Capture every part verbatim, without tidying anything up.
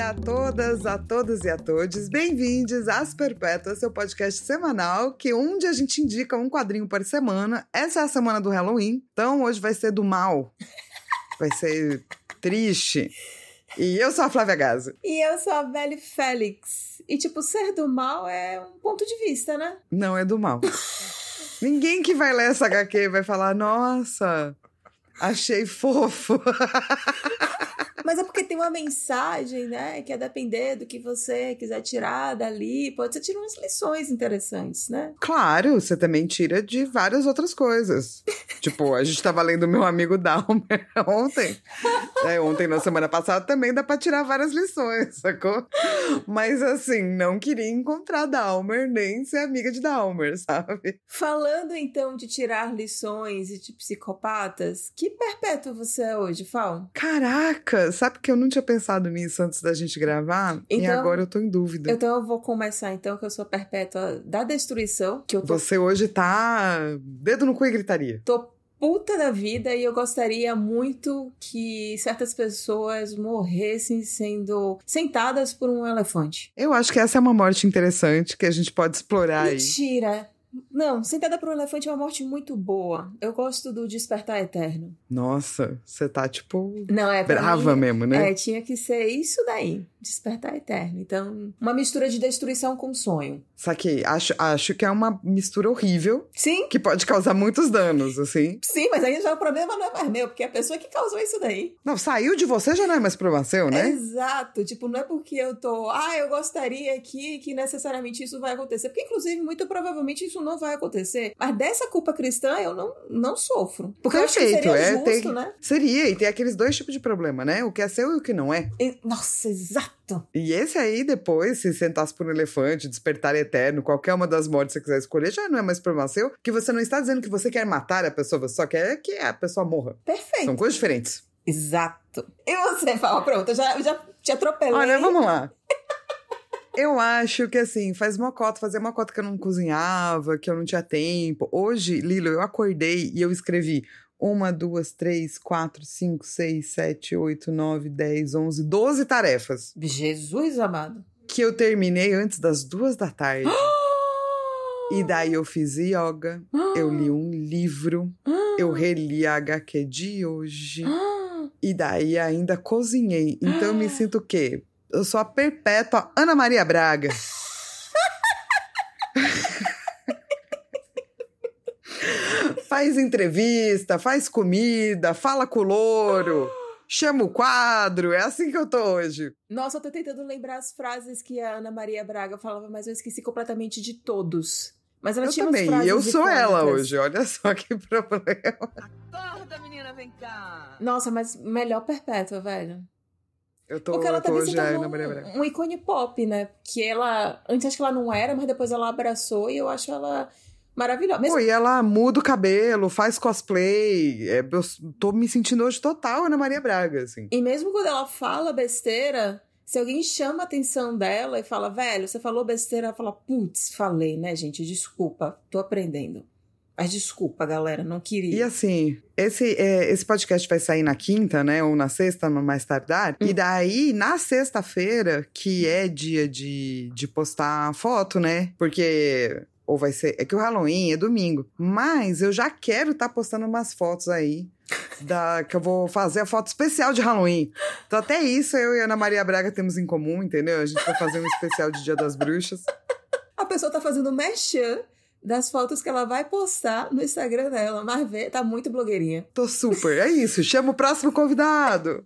dia a todas, a todos e a todes. Bem-vindos às Perpétuas, seu podcast semanal, que onde a gente indica um quadrinho por semana. Essa é a semana do Halloween, então hoje vai ser do mal. Vai ser triste. E eu sou a Flávia Gazi. E eu sou a Belle Félix. E, tipo, ser do mal é um ponto de vista, né? Não é do mal. Ninguém que vai ler essa agá quê vai falar, nossa, achei fofo. Mas é porque tem uma mensagem, né? Que é depender do que você quiser tirar dali. Pode ser tirar umas lições interessantes, né? Claro, você também tira de várias outras coisas. Tipo, a gente tava lendo Meu Amigo Dahmer ontem. É, ontem, na semana passada, também dá pra tirar várias lições, sacou? Mas, assim, não queria encontrar Dahmer, nem ser amiga de Dahmer, sabe? Falando, então, de tirar lições e de psicopatas, que perpétua você é hoje, Fal? Caraca! Sabe que eu não tinha pensado nisso antes da gente gravar? Então, e agora eu tô em dúvida. Então eu vou começar, então, que eu sou a perpétua da destruição. Que eu tô... Você hoje tá dedo no cu e gritaria. Tô puta da vida e eu gostaria muito que certas pessoas morressem sendo sentadas por um elefante. Eu acho que essa é uma morte interessante que a gente pode explorar aí. Mentira! Não, sentada por um elefante é uma morte muito boa. Eu gosto do despertar eterno. Nossa, você tá, tipo, Não, é brava mim, mesmo, né? É, tinha que ser isso daí, despertar eterno. Então, uma mistura de destruição com sonho. Saquei, acho, acho que é uma mistura horrível. Sim. Que pode causar muitos danos, assim. Sim, mas aí já o problema não é mais meu, porque é a pessoa que causou isso daí. Não, saiu de você já não é mais problema seu, né? Exato, tipo, não é porque eu tô, ah, eu gostaria aqui que necessariamente isso vai acontecer, porque inclusive, muito provavelmente isso não vai acontecer, mas dessa culpa cristã eu não, não sofro. Porque Perfeito, eu acho que seria é, justo, tem, né? Seria, e tem aqueles dois tipos de problema, né? O que é seu e o que não é. E, nossa, exato. E esse aí, depois, se sentasse por um elefante, despertar eterno, qualquer uma das mortes que você quiser escolher, já não é mais problema seu, que você não está dizendo que você quer matar a pessoa, você só quer que a pessoa morra. Perfeito. São coisas diferentes. Exato. E você, fala, pronto, eu já, eu já te atropelei. Olha, vamos lá. Eu acho que, assim, faz mocota, fazia mocota que eu não cozinhava, que eu não tinha tempo. Hoje, Lilo, eu acordei e eu escrevi uma, duas, três, quatro, cinco, seis, sete, oito, nove, dez, onze, doze tarefas. Jesus amado. Que eu terminei antes das duas da tarde. E daí eu fiz yoga, eu li um livro, eu reli a agá quê de hoje. E daí ainda cozinhei. Então eu me sinto o quê? Eu sou a perpétua Ana Maria Braga. Faz entrevista, faz comida, fala com o louro, chama o quadro. É assim que eu tô hoje. Nossa, eu tô tentando lembrar as frases que a Ana Maria Braga falava, mas eu esqueci completamente de todos. Mas ela eu tinha também, umas frases eu sou icônicas. ela hoje, olha só que problema. Acorda, menina, vem cá. Nossa, mas melhor perpétua, velho. Eu tô, Porque ela eu tô também hoje se a tornou Ana Maria Braga. um, um ícone pop, né? Que ela, antes acho que ela não era, mas depois ela abraçou e eu acho ela maravilhosa. Mesmo... Pô, e ela muda o cabelo, faz cosplay. É, eu tô me sentindo hoje total Ana Maria Braga, assim. E mesmo quando ela fala besteira, se alguém chama a atenção dela e fala, velho, você falou besteira, ela fala, putz, falei, né, gente? Desculpa, tô aprendendo. Mas desculpa, galera, não queria. E assim, esse, é, esse podcast vai sair na quinta, né? Ou na sexta, no mais tardar. Hum. E daí, na sexta-feira, que é dia de, de postar foto, né? Porque... Ou vai ser... É que o Halloween é domingo. Mas eu já quero estar tá postando umas fotos aí. Da, que eu vou fazer a foto especial de Halloween. Então até isso eu e a Ana Maria Braga temos em comum, entendeu? A gente vai fazer um especial de Dia das Bruxas. A pessoa tá fazendo merchan das fotos que ela vai postar no Instagram dela. Mas vê, tá muito blogueirinha. Tô super. É isso. Chama o próximo convidado.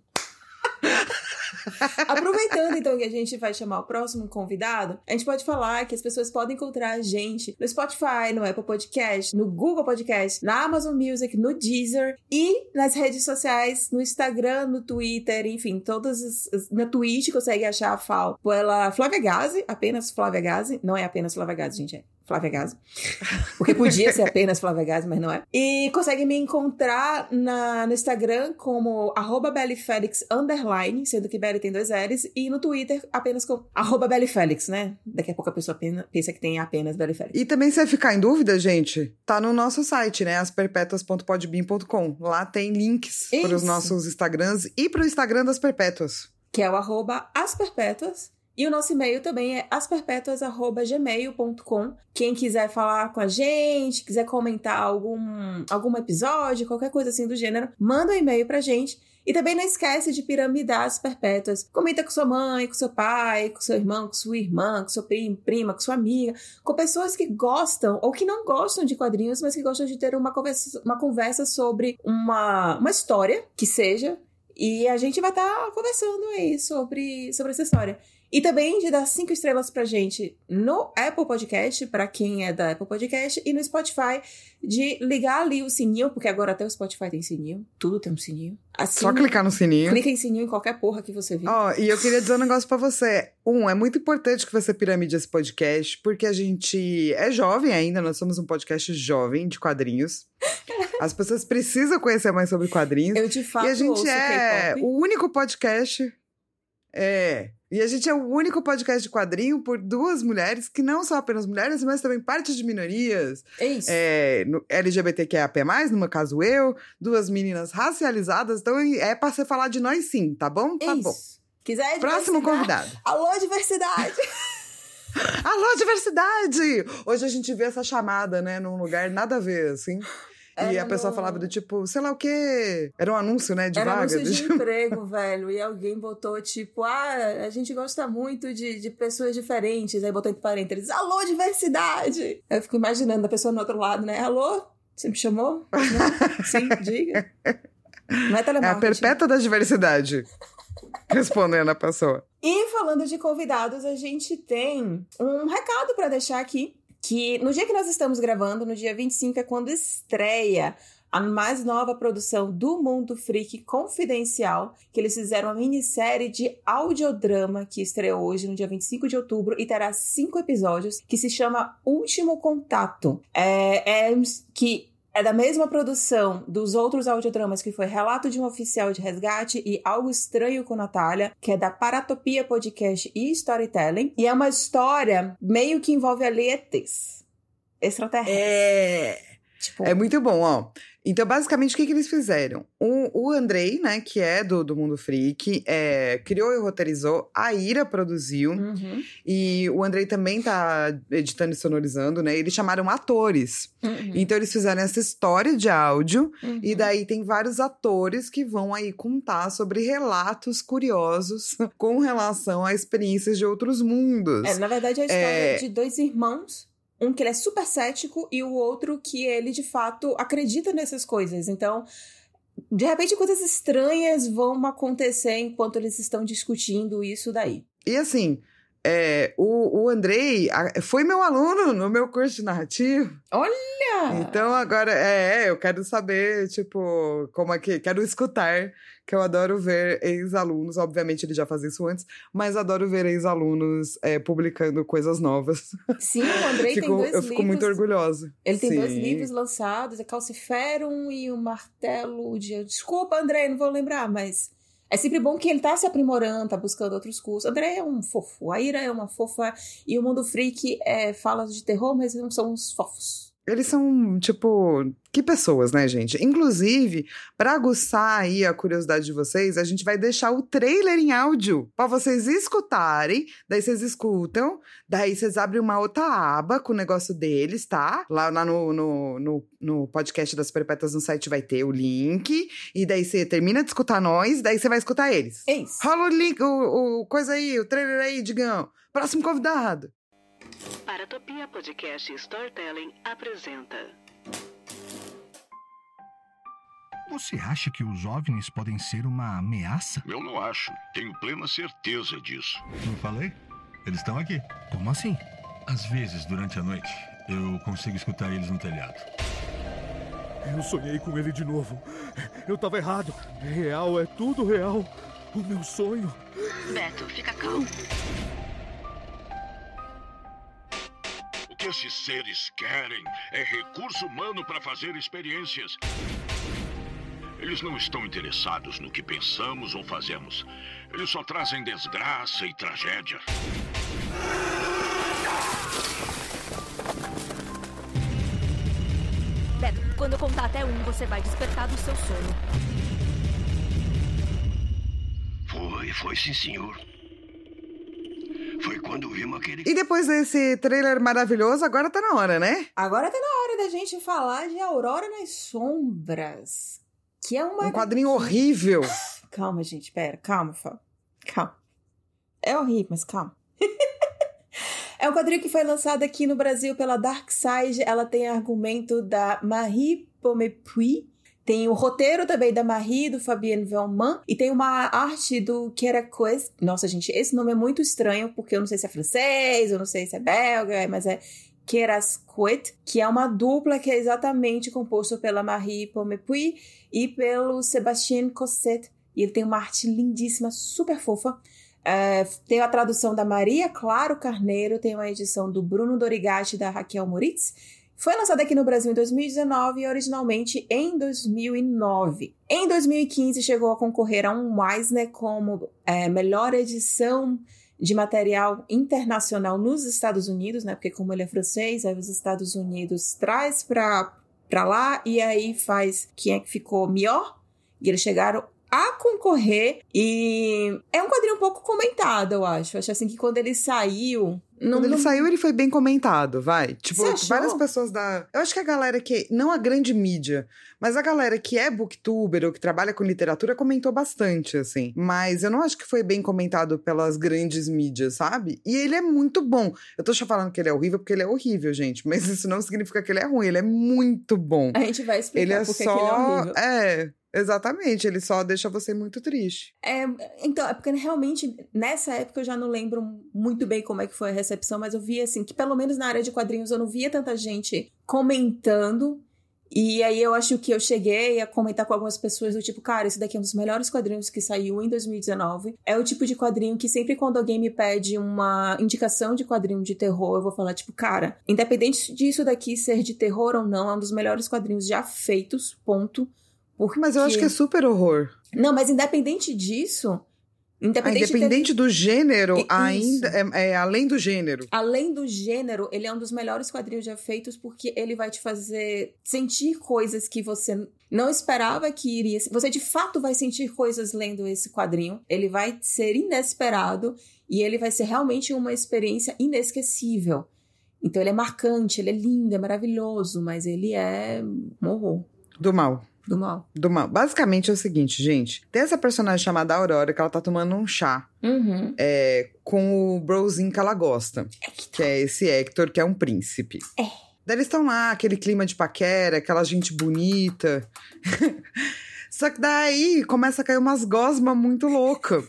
Aproveitando, então, que a gente vai chamar o próximo convidado, a gente pode falar que as pessoas podem encontrar a gente no Spotify, no Apple Podcast, no Google Podcast, na Amazon Music, no Deezer e nas redes sociais, no Instagram, no Twitter, enfim, todas as... Na Twitch consegue achar a Fal pela Flávia Gazi, apenas Flávia Gazi, não é apenas Flávia Gazi, gente, é Flávia Gazi. Porque podia ser apenas Flávia Gazi, mas não é. E consegue me encontrar na, no Instagram como arroba bellyfelix underline, sendo que Belly tem dois L's, e no Twitter apenas com arroba bellyfelix, né? Daqui a pouco a pessoa pensa que tem apenas bellyfelix. E também, se você ficar em dúvida, gente, tá no nosso site, né? as perpétuas ponto podbean ponto com. Lá tem links para os nossos Instagrams e para o Instagram das Perpétuas. que é o arroba asperpetuas. E o nosso e-mail também é asperpetuas arroba gmail ponto com. Quem quiser falar com a gente, quiser comentar algum, algum episódio, qualquer coisa assim do gênero, manda um e-mail pra gente. E também não esquece de piramidar as perpétuas. Comenta com sua mãe, com seu pai, com seu irmão, com sua irmã, com seu primo, prima, com sua amiga, com pessoas que gostam ou que não gostam de quadrinhos, mas que gostam de ter uma conversa, uma conversa sobre uma, uma história que seja. E a gente vai estar tá conversando aí sobre, sobre essa história. E também de dar cinco estrelas pra gente no Apple Podcast, pra quem é da Apple Podcast, e no Spotify, de ligar ali o sininho, porque agora até o Spotify tem sininho, tudo tem um sininho. Assim, só clicar no sininho. Clica em sininho em qualquer porra que você vir. Ó, oh, e eu queria dizer um negócio pra você. Um, é muito importante que você piramide esse podcast, porque a gente é jovem ainda, nós somos um podcast jovem de quadrinhos. As pessoas precisam conhecer mais sobre quadrinhos. Eu de fato E a gente ouço é K-pop. o único podcast... É... E a gente é o único podcast de quadrinho por duas mulheres, que não são apenas mulheres, mas também parte de minorias. É isso. É, no L G B T Q I A P mais, no meu caso eu, duas meninas racializadas, então é pra você falar de nós sim, tá bom? Tá isso. bom. Quiser Próximo convidado. Alô, diversidade! Alô, diversidade! Hoje a gente vê essa chamada, né, num lugar nada a ver, assim. E Era a pessoa no... falava do tipo, sei lá o quê. Era um anúncio, né, de Era vaga. anúncio de tipo... emprego, velho. E alguém botou, tipo, ah, a gente gosta muito de, de pessoas diferentes. Aí botou entre parênteses, alô, diversidade! Eu fico imaginando a pessoa no outro lado, né? Alô, você me chamou? Não? Sim, diga. Não é telemarketing. É a perpétua da diversidade. Respondendo a pessoa. E falando de convidados, a gente tem um recado pra deixar aqui. Que no dia que nós estamos gravando, no dia vinte e cinco, é quando estreia a mais nova produção do Mundo Freak Confidencial, que eles fizeram uma minissérie de audiodrama que estreou hoje, no dia vinte e cinco de outubro, e terá cinco episódios, que se chama Último Contato. É, é que... É da mesma produção dos outros audiodramas, que foi Relato de um Oficial de Resgate e Algo Estranho com Natália, que é da Paratopia Podcast e Storytelling. E é uma história meio que envolve ali E Tês. Extraterrestres. É... Tipo... É muito bom, ó. Então, basicamente, o que, que eles fizeram? O, o Andrei, né, que é do, do Mundo Freak, é, criou e roteirizou, a Ira produziu, Uhum. e o Andrei também tá editando e sonorizando, né? Eles chamaram atores. Uhum. Então, eles fizeram essa história de áudio, Uhum. e daí tem vários atores que vão aí contar sobre relatos curiosos com relação a experiências de outros mundos. É, na verdade, é a história É... de dois irmãos. Um que ele é super cético e o outro que ele, de fato, acredita nessas coisas. Então, de repente, coisas estranhas vão acontecer enquanto eles estão discutindo isso daí. E assim, é, o, o Andrei a, foi meu aluno no meu curso de narrativo. Olha! Então agora, é, eu quero saber, tipo, como é que... Quero escutar, que eu adoro ver ex-alunos. Obviamente ele já fazia isso antes, mas adoro ver ex-alunos é, publicando coisas novas. Sim, o Andrei fico, tem dois eu livros. fico muito orgulhosa. Ele tem Sim. dois livros lançados, é Calciferum e o Martelo de... Desculpa, Andrei, não vou lembrar, mas... É sempre bom que ele tá se aprimorando, tá buscando outros cursos. André é um fofo, a Ira é uma fofa, e o Mundo Freak é, fala de terror, mas não são uns fofos. Eles são, tipo, que pessoas, né, gente? Inclusive, pra aguçar aí a curiosidade de vocês, a gente vai deixar o trailer em áudio pra vocês escutarem. Daí vocês escutam, daí vocês abrem uma outra aba com o negócio deles, tá? Lá, lá no, no, no, no podcast das Perpétuas no site vai ter o link. E daí você termina de escutar nós, daí você vai escutar eles. É isso. Rola o link, o, o coisa aí, o trailer aí, Digão. Próximo convidado. Paratopia Podcast e Storytelling apresenta. Você acha que os OVNIs podem ser uma ameaça? Eu não acho. Tenho plena certeza disso. Não falei? Eles estão aqui. Como assim? Às vezes, durante a noite, eu consigo escutar eles no telhado. Eu sonhei com ele de novo. Eu tava errado. É real, é tudo real. O meu sonho. Beto, fica calmo. O que esses seres querem é recurso humano para fazer experiências. Eles não estão interessados no que pensamos ou fazemos. Eles só trazem desgraça e tragédia. Beto, quando eu contar até um, você vai despertar do seu sono. Foi, foi sim, senhor. Foi quando vimos aquele... E depois desse trailer maravilhoso, agora tá na hora, né? Agora tá na hora da gente falar de Aurora nas Sombras. Que é uma... Um quadrinho horrível. Calma, gente, pera. Calma, Fá. Calma. É horrível, mas calma. É um quadrinho que foi lançado aqui no Brasil pela Dark Side. Ela tem argumento da Marie Pommepuis. Tem o roteiro também da Marie, do Fabienne Velman. E tem uma arte do Queracoes. Nossa, gente, esse nome é muito estranho, porque eu não sei se é francês, eu não sei se é belga, mas é Querascoet, que é uma dupla que é exatamente composta pela Marie Pommepuis e pelo Sébastien Cosset. E ele tem uma arte lindíssima, super fofa. Uh, tem a tradução da Maria Claro Carneiro, tem uma edição do Bruno Dorigatti e da Raquel Moritz. Foi lançada aqui no Brasil em dois mil e dezenove e originalmente em dois mil e nove. Em dois mil e quinze chegou a concorrer a um Eisner como é, melhor edição de material internacional nos Estados Unidos, né? Porque como ele é francês, aí os Estados Unidos traz pra, pra lá e aí faz quem é que ficou melhor. E eles chegaram a concorrer e é um quadrinho um pouco comentado, eu acho. Eu acho assim que quando ele saiu... Não, quando ele não... saiu, ele foi bem comentado, vai. Tipo, Você achou? várias pessoas da... Eu acho que a galera que... Não a grande mídia, mas a galera que é booktuber ou que trabalha com literatura comentou bastante, assim. Mas eu não acho que foi bem comentado pelas grandes mídias, sabe? E ele é muito bom. Eu tô só falando que ele é horrível porque ele é horrível, gente. Mas isso não significa que ele é ruim. Ele é muito bom. A gente vai explicar ele é porque só... que ele é horrível. É... Exatamente, ele só deixa você muito triste. É, então, é porque realmente, nessa época eu já não lembro muito bem como é que foi a recepção, mas eu vi, assim, que pelo menos na área de quadrinhos eu não via tanta gente comentando, e aí eu acho que eu cheguei a comentar com algumas pessoas do tipo, cara, esse daqui é um dos melhores quadrinhos que saiu em dois mil e dezenove. É o tipo de quadrinho que sempre quando alguém me pede uma indicação de quadrinho de terror, eu vou falar, tipo, cara, independente disso daqui ser de terror ou não, é um dos melhores quadrinhos já feitos, ponto. Porque... Mas eu acho que é super horror. Não, mas independente disso... Independente, ah, independente ter... do gênero, Isso. ainda é, é além do gênero. Além do gênero, ele é um dos melhores quadrinhos já feitos porque ele vai te fazer sentir coisas que você não esperava que iria... Você, de fato, vai sentir coisas lendo esse quadrinho. Ele vai ser inesperado e ele vai ser realmente uma experiência inesquecível. Então, ele é marcante, ele é lindo, é maravilhoso, mas ele é um horror. Do mal. Do mal. Do mal. Basicamente é o seguinte, gente. Tem essa personagem chamada Aurora que ela tá tomando um chá. Uhum. É, com o brozinho que ela gosta. Hector. Que é esse Hector, que é um príncipe. É. Daí eles estão lá, aquele clima de paquera, aquela gente bonita. Só que daí começa a cair umas gosmas muito loucas.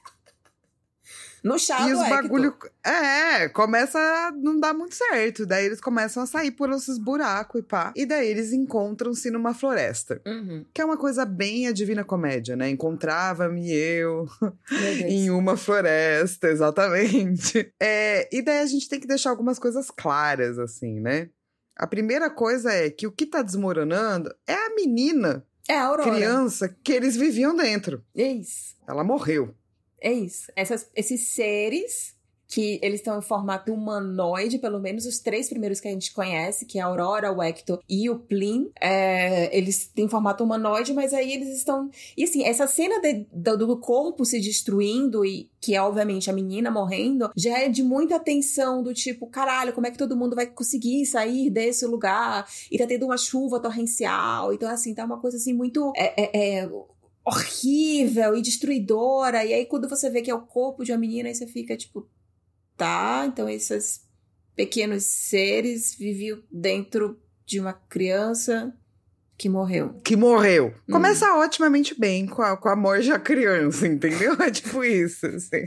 No chá e do os Hector. bagulho É, começa a não dar muito certo. Daí eles começam a sair por esses buracos e pá. E daí eles encontram-se numa floresta. Uhum. Que é uma coisa bem a Divina Comédia, né? Encontrava-me eu Meu em uma floresta, exatamente. É, e daí a gente tem que deixar algumas coisas claras, assim, né? A primeira coisa é que o que tá desmoronando é a menina, é a Aurora. criança, que eles viviam dentro. É isso. Ela morreu. É isso. Essas, esses seres que eles estão em formato humanoide, pelo menos os três primeiros que a gente conhece, que é a Aurora, o Hector e o Plin, é, eles têm formato humanoide, mas aí eles estão... E assim, essa cena de, do, do corpo se destruindo e que é obviamente a menina morrendo, já é de muita tensão do tipo, caralho, como é que todo mundo vai conseguir sair desse lugar? E tá tendo uma chuva torrencial, então assim, tá uma coisa assim muito... É, é, é, horrível e destruidora, e aí quando você vê que é o corpo de uma menina, aí você fica tipo, tá, então esses pequenos seres viviam dentro de uma criança que morreu. Que morreu. Hum. Começa otimamente bem com a, com a morte da criança, entendeu? É tipo isso, assim.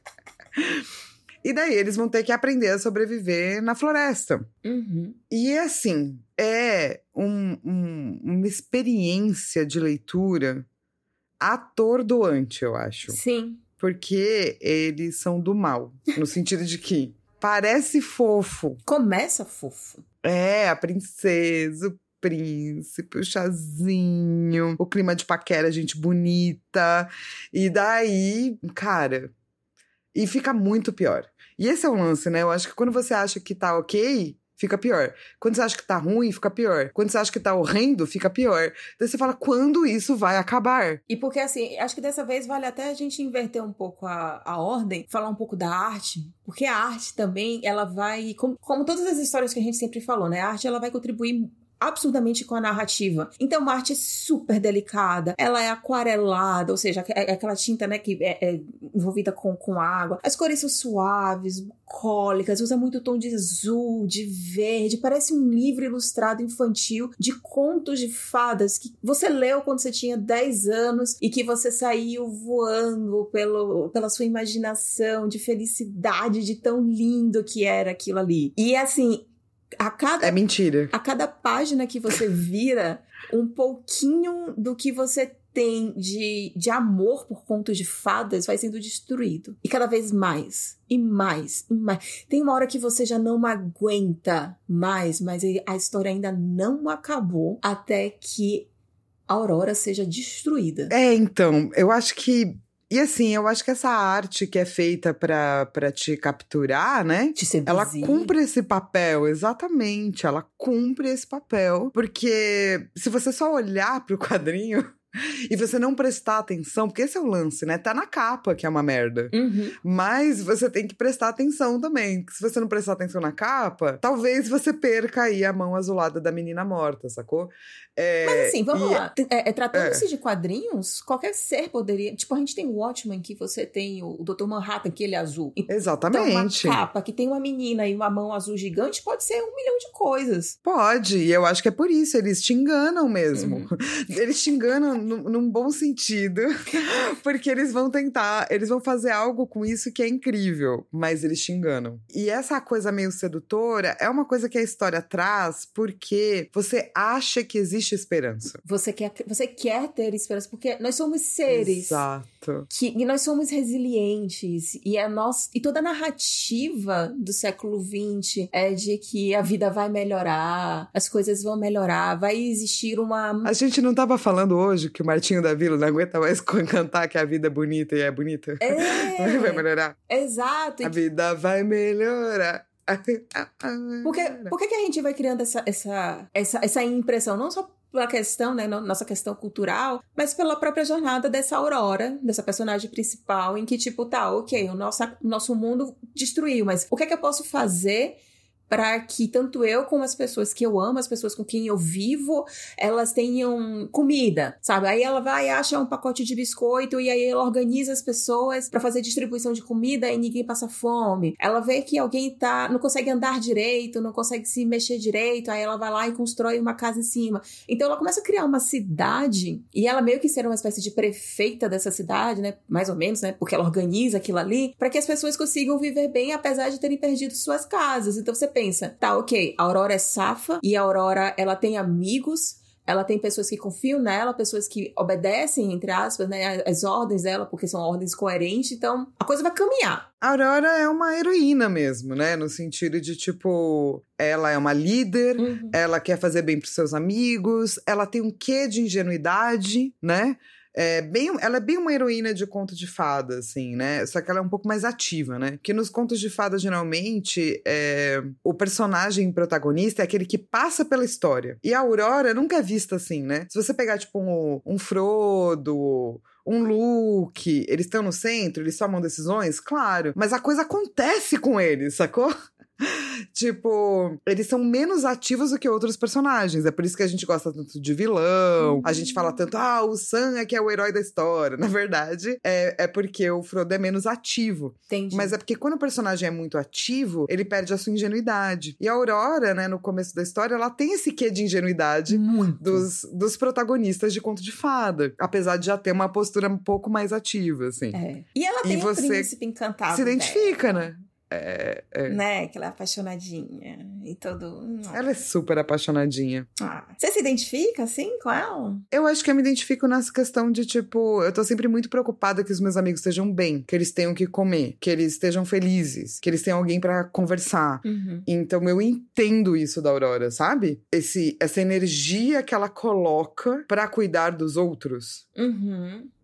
E daí eles vão ter que aprender a sobreviver na floresta. Uhum. E assim, é um, um, uma experiência de leitura atordoante, eu acho. Sim. Porque eles são do mal. No sentido de que parece fofo. Começa fofo. É, a princesa, o príncipe, o chazinho, o clima de paquera, gente bonita. E daí, cara... E fica muito pior. E esse é o lance, né? Eu acho que quando você acha que tá ok, fica pior. Quando você acha que tá ruim, fica pior. Quando você acha que tá horrendo, fica pior. Daí você fala, quando isso vai acabar? E porque, assim, acho que dessa vez vale até a gente inverter um pouco a, a ordem, falar um pouco da arte, porque a arte também, ela vai, como, como todas as histórias que a gente sempre falou, né? A arte, ela vai contribuir absurdamente com a narrativa. Então, uma arte é super delicada, ela é aquarelada, ou seja, é aquela tinta, né, que é, é envolvida com, com água. As cores são suaves, bucólicas, usa muito tom de azul, de verde, parece um livro ilustrado infantil de contos de fadas que você leu quando você tinha dez anos e que você saiu voando pelo, pela sua imaginação de felicidade, de tão lindo que era aquilo ali. E, assim, A cada, é mentira. A cada página que você vira, um pouquinho do que você tem de, de amor por contos de fadas vai sendo destruído. E cada vez mais, e mais, e mais. Tem uma hora que você já não aguenta mais, mas a história ainda não acabou até que a Aurora seja destruída. É, então, eu acho que... E assim, eu acho que essa arte que é feita pra, pra te capturar, né? Te seduzir. Ela cumpre esse papel, exatamente. Ela cumpre esse papel. Porque se você só olhar pro quadrinho e você não prestar atenção, porque esse é o lance, né? Tá na capa que é uma merda. Uhum. Mas você tem que prestar atenção também. Se você não prestar atenção na capa, talvez você perca aí a mão azulada da menina morta, sacou? É, Mas assim, vamos e, lá. É, é, Tratando-se é. de quadrinhos, qualquer ser poderia... Tipo, a gente tem o Watchmen, que você tem o, o doutor Manhattan, que ele é azul. Exatamente. Então, uma capa que tem uma menina e uma mão azul gigante pode ser um milhão de coisas. Pode, e eu acho que é por isso. Eles te enganam mesmo. Uhum. Eles te enganam num, num bom sentido, porque eles vão tentar, eles vão fazer algo com isso que é incrível, mas eles te enganam. E essa coisa meio sedutora é uma coisa que a história traz porque você acha que existe esperança. Você quer, você quer ter esperança, porque nós somos seres. Exato. Que, e nós somos resilientes. E, a nossa, e toda a narrativa do século vinte é de que a vida vai melhorar, as coisas vão melhorar, vai existir uma... A gente não tava falando hoje que o Martinho da Vila não aguenta mais cantar que a vida é bonita e é bonita? É. Vai melhorar. Exato. A vida vai melhorar. Porque, por que, que a gente vai criando essa, essa, essa, essa impressão? Não só pela questão, né, nossa questão cultural, mas pela própria jornada dessa Aurora, dessa personagem principal, em que, tipo, tá, ok, o nosso, o nosso mundo destruiu, mas o que é que eu posso fazer para que tanto eu como as pessoas que eu amo, as pessoas com quem eu vivo, elas tenham comida, sabe? Aí ela vai e acha um pacote de biscoito e aí ela organiza as pessoas para fazer distribuição de comida e ninguém passa fome. Ela vê que alguém tá, não consegue andar direito, não consegue se mexer direito, aí ela vai lá e constrói uma casa em cima. Então ela começa a criar uma cidade e ela meio que ser uma espécie de prefeita dessa cidade, né? Mais ou menos, né? Porque ela organiza aquilo ali para que as pessoas consigam viver bem apesar de terem perdido suas casas. Então você pensa, tá, ok, a Aurora é safa e a Aurora, ela tem amigos, ela tem pessoas que confiam nela, pessoas que obedecem, entre aspas, né, as ordens dela, porque são ordens coerentes, então a coisa vai caminhar. A Aurora é uma heroína mesmo, né, no sentido de, tipo, ela é uma líder, uhum. Ela quer fazer bem pros seus amigos, ela tem um quê de ingenuidade, né? É bem, ela é bem uma heroína de conto de fada, assim, né? Só que ela é um pouco mais ativa, né? Porque nos contos de fada, geralmente, é, o personagem protagonista é aquele que passa pela história. E a Aurora nunca é vista assim, né? Se você pegar, tipo, um, um Frodo... um Luke, eles estão no centro, eles tomam decisões, claro. Mas a coisa acontece com eles, sacou? Tipo, eles são menos ativos do que outros personagens. É por isso que a gente gosta tanto de vilão. A gente fala tanto, ah, o Sam é que é o herói da história. Na verdade, é, é porque o Frodo é menos ativo. Entendi. Mas é porque quando o personagem é muito ativo, ele perde a sua ingenuidade. E a Aurora, né, no começo da história, ela tem esse quê de ingenuidade dos, dos protagonistas de conto de fada. Apesar de já ter uma postura um pouco mais ativa, assim. É. E ela tem e um você príncipe encantado. se identifica, dela. né? É, é. Né, que ela é apaixonadinha e todo... Ela é super apaixonadinha. Ah, você se identifica, assim, com ela? Eu acho que eu me identifico nessa questão de, tipo, eu tô sempre muito preocupada que os meus amigos estejam bem, que eles tenham o que comer, que eles estejam felizes, que eles tenham alguém pra conversar. Uhum. Então eu entendo isso da Aurora, sabe? Esse, essa energia que ela coloca pra cuidar dos outros. Uhum.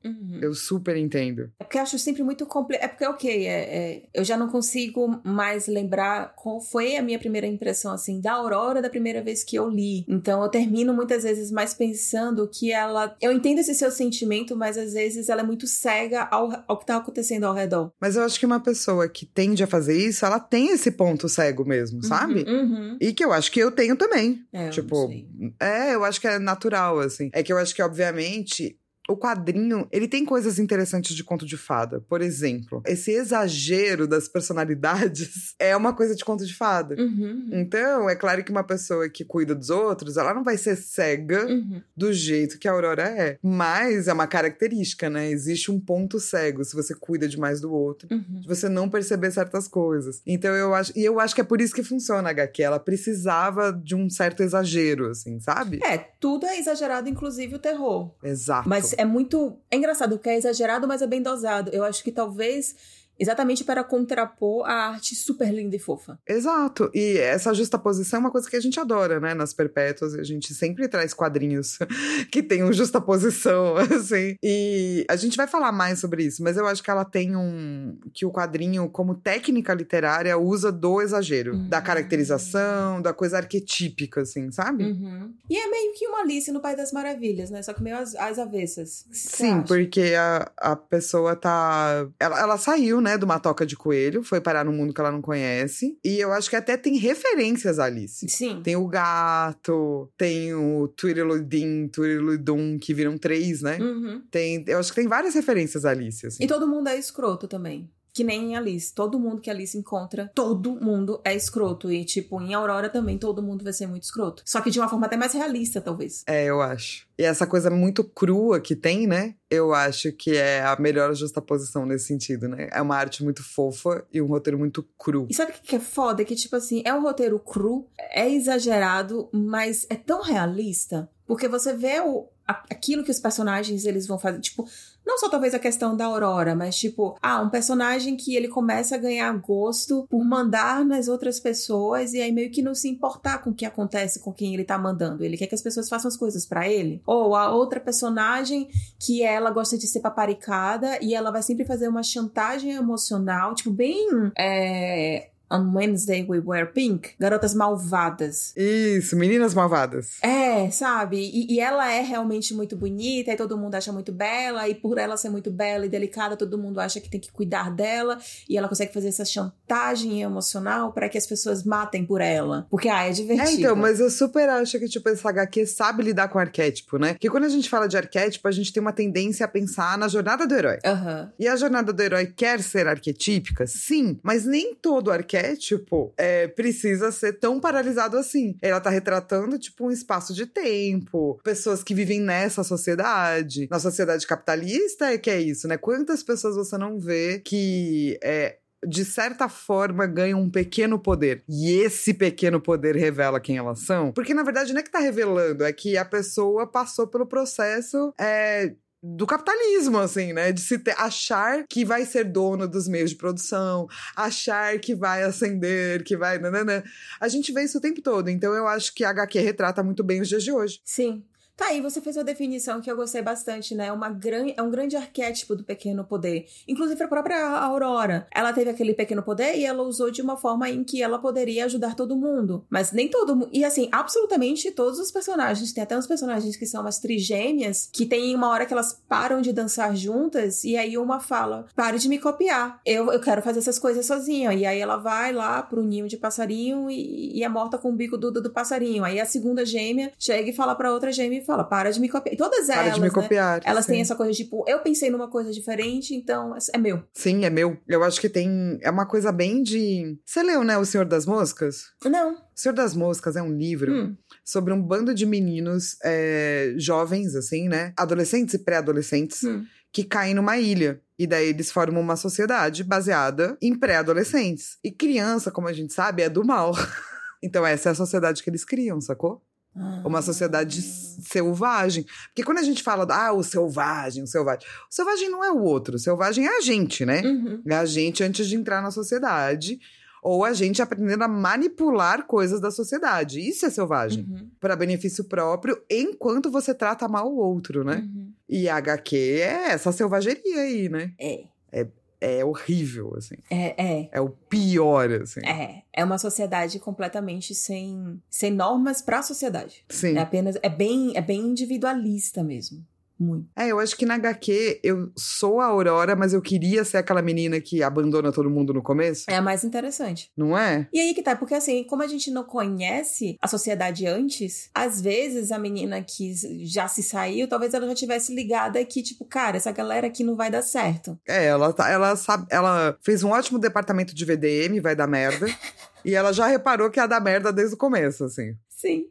Uhum. Eu super entendo. É porque eu acho sempre muito complexo. É porque, ok, é, é, eu já não consigo mais lembrar qual foi a minha primeira impressão, assim, da Aurora da primeira vez que eu li. Então, eu termino muitas vezes mais pensando que ela... Eu entendo esse seu sentimento, mas às vezes ela é muito cega ao, ao que tá acontecendo ao redor. Mas eu acho que uma pessoa que tende a fazer isso, ela tem esse ponto cego mesmo, sabe? Uhum, uhum. E que eu acho que eu tenho também. É, eu tipo, não sei. é, eu acho que é natural, assim. É que eu acho que, obviamente... O quadrinho, ele tem coisas interessantes de conto de fada. Por exemplo, esse exagero das personalidades é uma coisa de conto de fada. Uhum. Então, é claro que uma pessoa que cuida dos outros, ela não vai ser cega Uhum. do jeito que a Aurora é. Mas é uma característica, né? Existe um ponto cego se você cuida demais do outro. Uhum. De você não perceber certas coisas. Então, eu acho... E eu acho que é por isso que funciona a agá quê. Ela precisava de um certo exagero, assim, sabe? É, tudo é exagerado, inclusive o terror. Exato. Mas é muito... É engraçado, porque é exagerado, mas é bem dosado. Eu acho que talvez... Exatamente para contrapor a arte super linda e fofa. Exato. E essa justaposição é uma coisa que a gente adora, né? Nas Perpétuas, a gente sempre traz quadrinhos que tenham justaposição, assim. E a gente vai falar mais sobre isso, mas eu acho que ela tem um... Que o quadrinho, como técnica literária, usa do exagero. Uhum. Da caracterização, da coisa arquetípica, assim, sabe? Uhum. E é meio que uma Alice no País das Maravilhas, né? Só que meio às, às avessas. Sim, porque a, a pessoa tá... Ela, ela saiu, né, de uma toca de coelho, foi parar num mundo que ela não conhece. E eu acho que até tem referências a Alice. Sim. Tem o gato, tem o Tweedledum, Tweedledum, que viram três, né? Uhum. Tem, eu acho que tem várias referências a Alice, assim. E todo mundo é escroto também. Que nem em Alice. Todo mundo que a Alice encontra, todo mundo é escroto. E, tipo, em Aurora também todo mundo vai ser muito escroto. Só que de uma forma até mais realista, talvez. É, eu acho. E essa coisa muito crua que tem, né? Eu acho que é a melhor justaposição nesse sentido, né? É uma arte muito fofa e um roteiro muito cru. E sabe o que é foda? É que, tipo assim, é um roteiro cru, é exagerado, mas é tão realista. Porque você vê o, a, aquilo que os personagens eles vão fazer. Tipo, não só talvez a questão da Aurora, mas tipo, ah, um personagem que ele começa a ganhar gosto por mandar nas outras pessoas e aí meio que não se importar com o que acontece com quem ele tá mandando. Ele quer que as pessoas façam as coisas pra ele. Ou a outra personagem que ela gosta de ser paparicada e ela vai sempre fazer uma chantagem emocional, tipo, bem... É... On Wednesday We Wear Pink, garotas malvadas. Isso, meninas malvadas. É, sabe? E, e ela é realmente muito bonita, e todo mundo acha muito bela, e por ela ser muito bela e delicada, todo mundo acha que tem que cuidar dela, e ela consegue fazer essa chantagem emocional para que as pessoas matem por ela. Porque, ah, é divertido. É, então, mas eu super acho que, tipo, essa agá quê sabe lidar com arquétipo, né? Porque quando a gente fala de arquétipo, a gente tem uma tendência a pensar na jornada do herói. Uhum. E a jornada do herói quer ser arquetípica? Sim, mas nem todo arquétipo Tipo, é, precisa ser tão paralisado assim. Ela tá retratando, tipo, um espaço de tempo, pessoas que vivem nessa sociedade. Na sociedade capitalista é que é isso, né? Quantas pessoas você não vê que é, de certa forma, ganham um pequeno poder. E esse pequeno poder revela quem elas são? Porque, na verdade, não é que tá revelando, é que a pessoa passou pelo processo... É, do capitalismo, assim, né? De se ter, achar que vai ser dono dos meios de produção, achar que vai ascender, que vai... Nananã. A gente vê isso o tempo todo, então eu acho que a agá quê retrata muito bem os dias de hoje. Sim. Tá aí, você fez uma definição que eu gostei bastante, né? Uma gran... É um grande arquétipo do pequeno poder. Inclusive a própria Aurora. Ela teve aquele pequeno poder e ela usou de uma forma em que ela poderia ajudar todo mundo. Mas nem todo mundo... E assim, absolutamente todos os personagens. Tem até uns personagens que são umas trigêmeas, que tem uma hora que elas param de dançar juntas e aí uma fala, pare de me copiar. Eu, eu quero fazer essas coisas sozinha. E aí ela vai lá pro ninho de passarinho e, e é morta com o bico do, do passarinho. Aí a segunda gêmea chega e fala pra outra gêmea e fala, para de me copiar. E todas para elas, de me né? copiar. Elas sim. têm essa coisa, tipo, eu pensei numa coisa diferente, então é meu. Sim, é meu. Eu acho que tem... É uma coisa bem de... Você leu, né, O Senhor das Moscas? Não. O Senhor das Moscas é um livro Hum. sobre um bando de meninos é, jovens, assim, né? Adolescentes e pré-adolescentes. Hum. Que caem numa ilha. E daí eles formam uma sociedade baseada em pré-adolescentes. E criança, como a gente sabe, é do mal. Então essa é a sociedade que eles criam, sacou? Uma sociedade selvagem. Porque quando a gente fala, ah, o selvagem, o selvagem... O selvagem não é o outro, o selvagem é a gente, né? Uhum. É a gente antes de entrar na sociedade. Ou a gente aprendendo a manipular coisas da sociedade. Isso é selvagem. Uhum. Para benefício próprio, enquanto você trata mal o outro, né? Uhum. E a agá quê é essa selvageria aí, né? É. É, é horrível, assim. É, é. É o pior, assim. É. É uma sociedade completamente sem, sem normas pra sociedade. Sim. É apenas... É bem, é bem individualista mesmo. Muito. É, eu acho que na agá quê eu sou a Aurora, mas eu queria ser aquela menina que abandona todo mundo no começo. É a mais interessante. Não é? E aí que tá, porque assim, como a gente não conhece a sociedade antes, às vezes a menina que já se saiu, talvez ela já tivesse ligada que, tipo, cara, essa galera aqui não vai dar certo. É, ela, tá, ela, sabe, ela fez um ótimo departamento de V D M, vai dar merda. E ela já reparou que ia dar merda desde o começo, assim. Sim.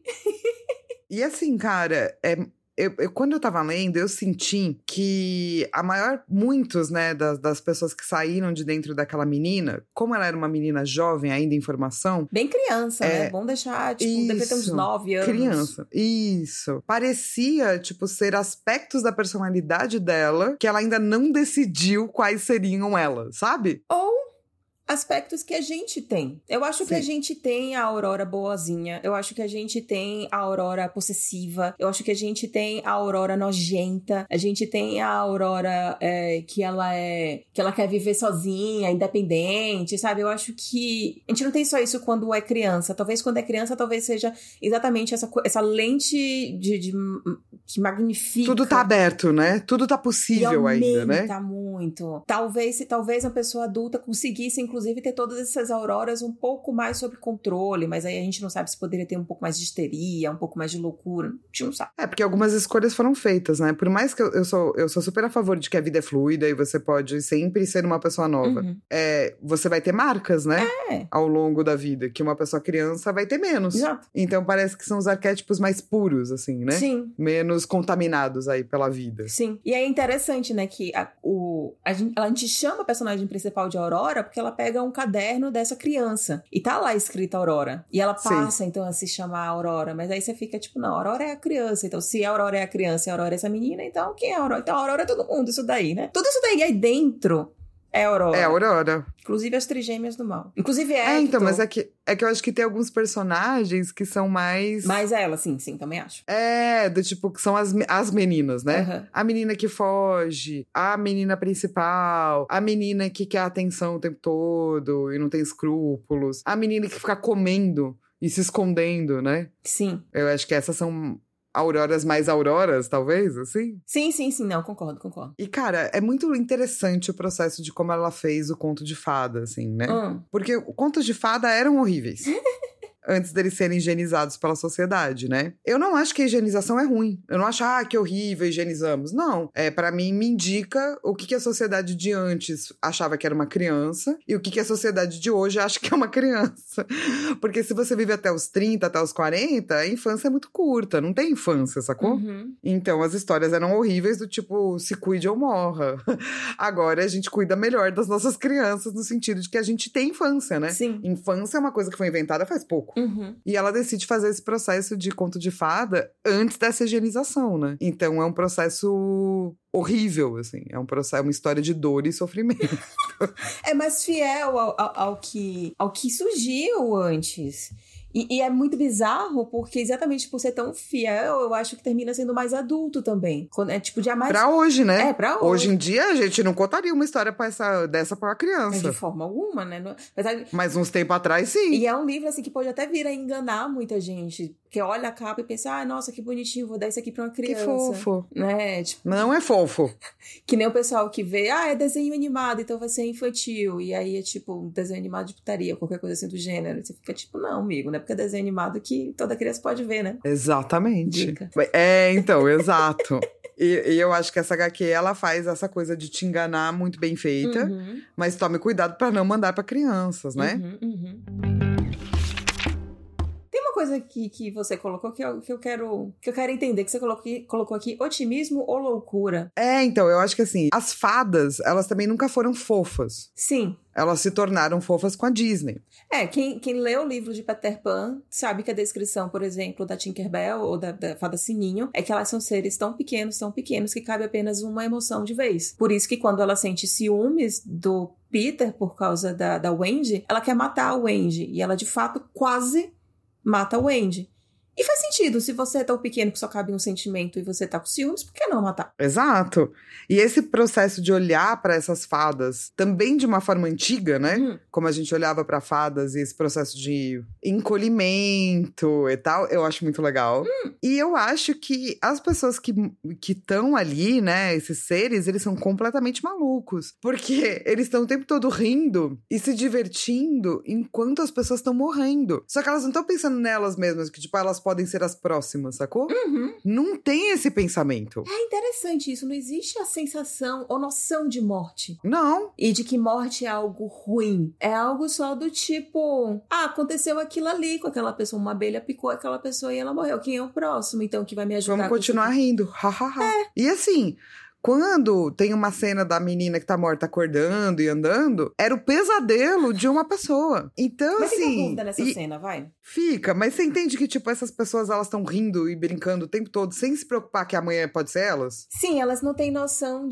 E assim, cara, é... Eu, eu, quando eu tava lendo, eu senti que a maior, muitos, né, das, das pessoas que saíram de dentro daquela menina, como ela era uma menina jovem, ainda em formação... Bem criança, é, né? Bom deixar, tipo, isso, deve ter uns nove anos. Criança, isso. Parecia, tipo, ser aspectos da personalidade dela que ela ainda não decidiu quais seriam ela, sabe? Ou aspectos que a gente tem. Eu acho Sim. que a gente tem a Aurora boazinha, eu acho que a gente tem a Aurora possessiva, eu acho que a gente tem a Aurora nojenta, a gente tem a Aurora é, que ela é que ela quer viver sozinha, independente, sabe? Eu acho que a gente não tem só isso quando é criança. Talvez quando é criança, talvez seja exatamente essa, essa lente de, de que magnifica. Tudo tá aberto, né? Tudo tá possível ainda, né? Tá muito. Talvez se talvez uma pessoa adulta conseguisse, inclusive, ter todas essas auroras um pouco mais sob controle, mas aí a gente não sabe se poderia ter um pouco mais de histeria, um pouco mais de loucura, a gente não sabe. É, porque algumas escolhas foram feitas, né? Por mais que eu, eu, sou, eu sou super a favor de que a vida é fluida e você pode sempre ser uma pessoa nova. Uhum. É, você vai ter marcas, né? É. Ao longo da vida, que uma pessoa criança vai ter menos. Exato. Então parece que são os arquétipos mais puros, assim, né? Sim. Menos contaminados aí pela vida. Sim. E é interessante, né, que a, o, a, gente, a gente chama a personagem principal de Aurora porque ela pega um caderno dessa criança. E tá lá escrita Aurora. E ela passa, Sim. então, a se chamar Aurora. Mas aí você fica tipo, não, Aurora é a criança. Então, se a Aurora é a criança e a Aurora é essa menina, então quem é a Aurora? Então, a Aurora é todo mundo, isso daí, né? Tudo isso daí aí dentro é Aurora. É Aurora. Inclusive as trigêmeas do mal. Inclusive Hector. É, então, mas é que, é que eu acho que tem alguns personagens que são mais... Mais ela, sim, sim, também acho. É, do tipo, que são as, as meninas, né? Uhum. A menina que foge, a menina principal, a menina que quer atenção o tempo todo e não tem escrúpulos, a menina que fica comendo e se escondendo, né? Sim. Eu acho que essas são... auroras mais auroras, talvez, assim? Sim, sim, sim. Não, concordo, concordo. E, cara, é muito interessante o processo de como ela fez o conto de fada, assim, né? Hum. Porque contos de fada eram horríveis. Antes deles serem higienizados pela sociedade, né? Eu não acho que a higienização é ruim. Eu não acho, ah, que horrível, higienizamos. Não. É, para mim, me indica o que, que a sociedade de antes achava que era uma criança e o que, que a sociedade de hoje acha que é uma criança. Porque se você vive até os trinta, até os quarenta, a infância é muito curta. Não tem infância, sacou? Uhum. Então, as histórias eram horríveis do tipo, se cuide ou morra. Agora, a gente cuida melhor das nossas crianças no sentido de que a gente tem infância, né? Sim. Infância é uma coisa que foi inventada faz pouco. Uhum. E ela decide fazer esse processo de conto de fada antes dessa higienização, né? Então é um processo horrível, assim. É um processo, é uma história de dor e sofrimento. É mais fiel ao, ao, ao, que, ao que surgiu antes. E, e é muito bizarro, porque exatamente por ser tão fiel, eu acho que termina sendo mais adulto também. Quando é tipo, já mais... Pra hoje, né? É, pra hoje. Hoje em dia, a gente não contaria uma história pra essa, dessa pra uma criança. De forma alguma, né? Apesar... Mas uns tempos atrás, sim. E é um livro, assim, que pode até vir a enganar muita gente. Porque olha a capa e pensa, ah, nossa, que bonitinho, vou dar isso aqui pra uma criança. Que fofo. Né? Tipo... Não é fofo. Que nem o pessoal que vê, ah, é desenho animado, então vai ser infantil. E aí é tipo, um desenho animado de putaria, qualquer coisa assim do gênero. E você fica tipo, não, amigo, não é porque é desenho animado que toda criança pode ver, né? Exatamente. Dica. É, então, exato. E, e eu acho que essa agá quê, ela faz essa coisa de te enganar muito bem feita, Uhum. mas tome cuidado pra não mandar pra crianças, né? Uhum, uhum. Tem uma coisa aqui que você colocou que eu, que eu quero que eu quero entender, que você colocou aqui, colocou aqui, otimismo ou loucura? É, então, eu acho que assim, as fadas, elas também nunca foram fofas. Sim. Elas se tornaram fofas com a Disney. É, quem, quem lê o livro de Peter Pan sabe que a descrição, por exemplo, da Tinkerbell ou da, da Fada Sininho é que elas são seres tão pequenos, tão pequenos, que cabe apenas uma emoção de vez. Por isso que quando ela sente ciúmes do Peter por causa da, da Wendy, ela quer matar a Wendy. E ela, de fato, quase mata a Wendy. E faz sentido. Se você é tão pequeno que só cabe um sentimento e você tá com ciúmes, por que não matar? Exato. E esse processo de olhar pra essas fadas, também de uma forma antiga, né? Uhum. Como a gente olhava pra fadas e esse processo de encolhimento e tal, eu acho muito legal. Uhum. E eu acho que as pessoas que estão ali, né, esses seres, eles são completamente malucos. Porque eles estão o tempo todo rindo e se divertindo enquanto as pessoas estão morrendo. Só que elas não estão pensando nelas mesmas, que tipo, elas podem ser as próximas, sacou? Uhum. Não tem esse pensamento. É interessante isso. Não existe a sensação ou noção de morte. Não. E de que morte é algo ruim. É algo só do tipo... Ah, aconteceu aquilo ali com aquela pessoa. Uma abelha picou aquela pessoa e ela morreu. Quem é o próximo, então, que vai me ajudar? Vamos com continuar isso? rindo. Ha, ha, ha. É. E assim... Quando tem uma cena da menina que tá morta acordando e andando, era o pesadelo de uma pessoa. Então, mas assim... Mas fica dúvida nessa e... cena, vai? Fica, mas você entende que, tipo, essas pessoas, elas estão rindo e brincando o tempo todo, sem se preocupar que amanhã pode ser elas? Sim, elas não têm noção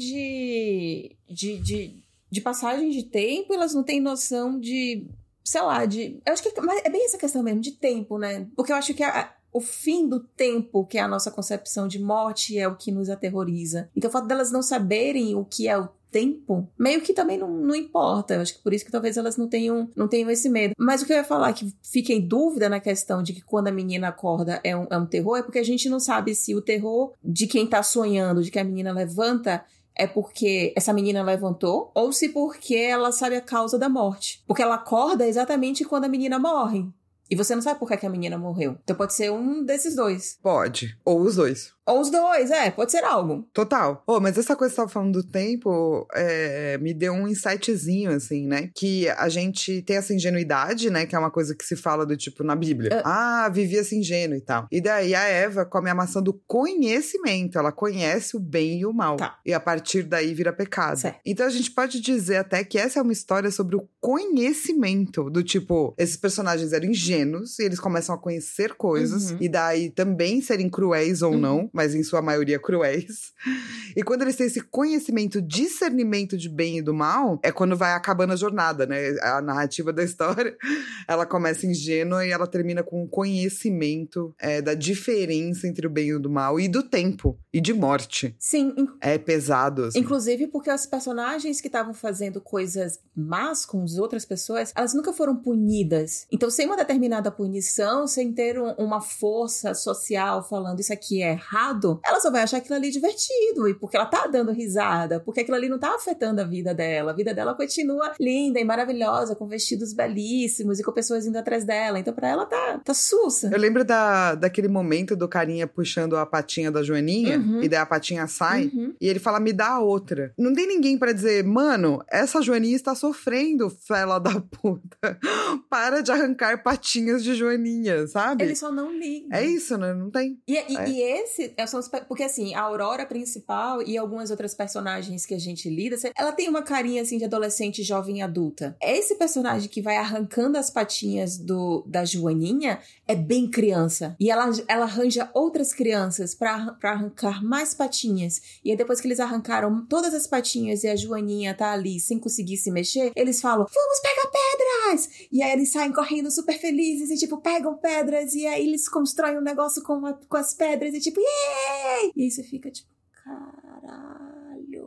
de... de, de, de passagem de tempo, elas não têm noção de... Sei lá, de... Eu acho que é bem essa questão mesmo, de tempo, né? Porque eu acho que a... O fim do tempo, que é a nossa concepção de morte, é o que nos aterroriza. Então o fato delas não saberem o que é o tempo, meio que também não, não importa. Eu acho que por isso que talvez elas não tenham, não tenham esse medo. Mas o que eu ia falar, que fica em dúvida na questão de que quando a menina acorda é um, é um terror, é porque a gente não sabe se o terror de quem tá sonhando, de que a menina levanta, é porque essa menina levantou, ou se porque ela sabe a causa da morte. Porque ela acorda exatamente quando a menina morre. E você não sabe por que que a menina morreu. Então pode ser um desses dois. Pode. Ou os dois. Ou os dois, é. Pode ser algo. Total. Oh, mas essa coisa que você tava falando do tempo é, me deu um insightzinho, assim, né? Que a gente tem essa ingenuidade, né? Que é uma coisa que se fala do tipo na Bíblia. Uh. Ah, vivia-se ingênuo e tal. E daí a Eva come a maçã do conhecimento. Ela conhece o bem e o mal. Tá. E a partir daí vira pecado. Certo. Então a gente pode dizer até que essa é uma história sobre o conhecimento. Do tipo, esses personagens eram ingênuos e eles começam a conhecer coisas. Uhum. E daí também serem cruéis ou uhum. não. Mas em sua maioria cruéis. E quando eles têm esse conhecimento, discernimento de bem e do mal, é quando vai acabando a jornada, né? A narrativa da história, ela começa ingênua e ela termina com o conhecimento é, da diferença entre o bem e o do mal, e do tempo, e de morte. Sim. Inc- é pesado, assim. Inclusive porque os personagens que estavam fazendo coisas más com as outras pessoas, elas nunca foram punidas. Então, sem uma determinada punição, sem ter um, uma força social falando isso aqui é errado, ela só vai achar aquilo ali divertido, e porque ela tá dando risada, porque aquilo ali não tá afetando a vida dela. A vida dela continua linda e maravilhosa, com vestidos belíssimos e com pessoas indo atrás dela. Então pra ela tá, tá sussa. Eu lembro da, daquele momento do carinha puxando a patinha da Joaninha, uhum. e daí a patinha sai, uhum. e ele fala, me dá a outra. Não tem ninguém pra dizer, mano, essa Joaninha está sofrendo, fela da puta. Para de arrancar patinhas de Joaninha, sabe? Ele só não liga. É isso, né? Não tem. E, e, é. e esse... São os, porque assim, a Aurora principal e algumas outras personagens que a gente lida, ela tem uma carinha assim de adolescente, jovem, adulta. Esse personagem que vai arrancando as patinhas do, da Joaninha é bem criança. E ela, ela arranja outras crianças pra, pra arrancar mais patinhas. E aí depois que eles arrancaram todas as patinhas e a Joaninha tá ali sem conseguir se mexer, eles falam, vamos pegar pedras! E aí eles saem correndo super felizes e tipo, pegam pedras e aí eles constroem um negócio com, a, com as pedras e tipo, yeah! E aí você fica tipo, caralho.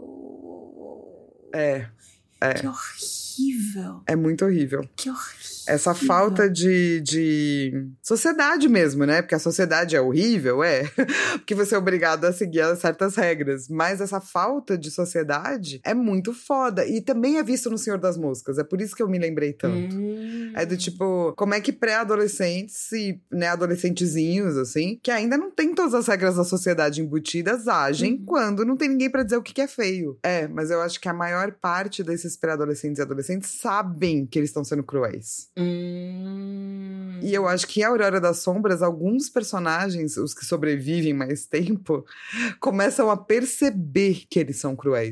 É, é. Que horrível. É muito horrível. Que horrível. Essa falta de, de sociedade mesmo, né? Porque a sociedade é horrível, é. Porque você é obrigado a seguir certas regras. Mas essa falta de sociedade é muito foda. E também é visto no Senhor das Moscas. É por isso que eu me lembrei tanto. Hum. É do tipo, como é que pré-adolescentes e né, adolescentezinhos, assim, que ainda não tem todas as regras da sociedade embutidas, agem hum. quando não tem ninguém pra dizer o que é feio. É, mas eu acho que a maior parte desses pré-adolescentes e adolescentes sabem que eles estão sendo cruéis. Hum. E eu acho que em Aurora das Sombras, alguns personagens, os que sobrevivem mais tempo, começam a perceber que eles são cruéis,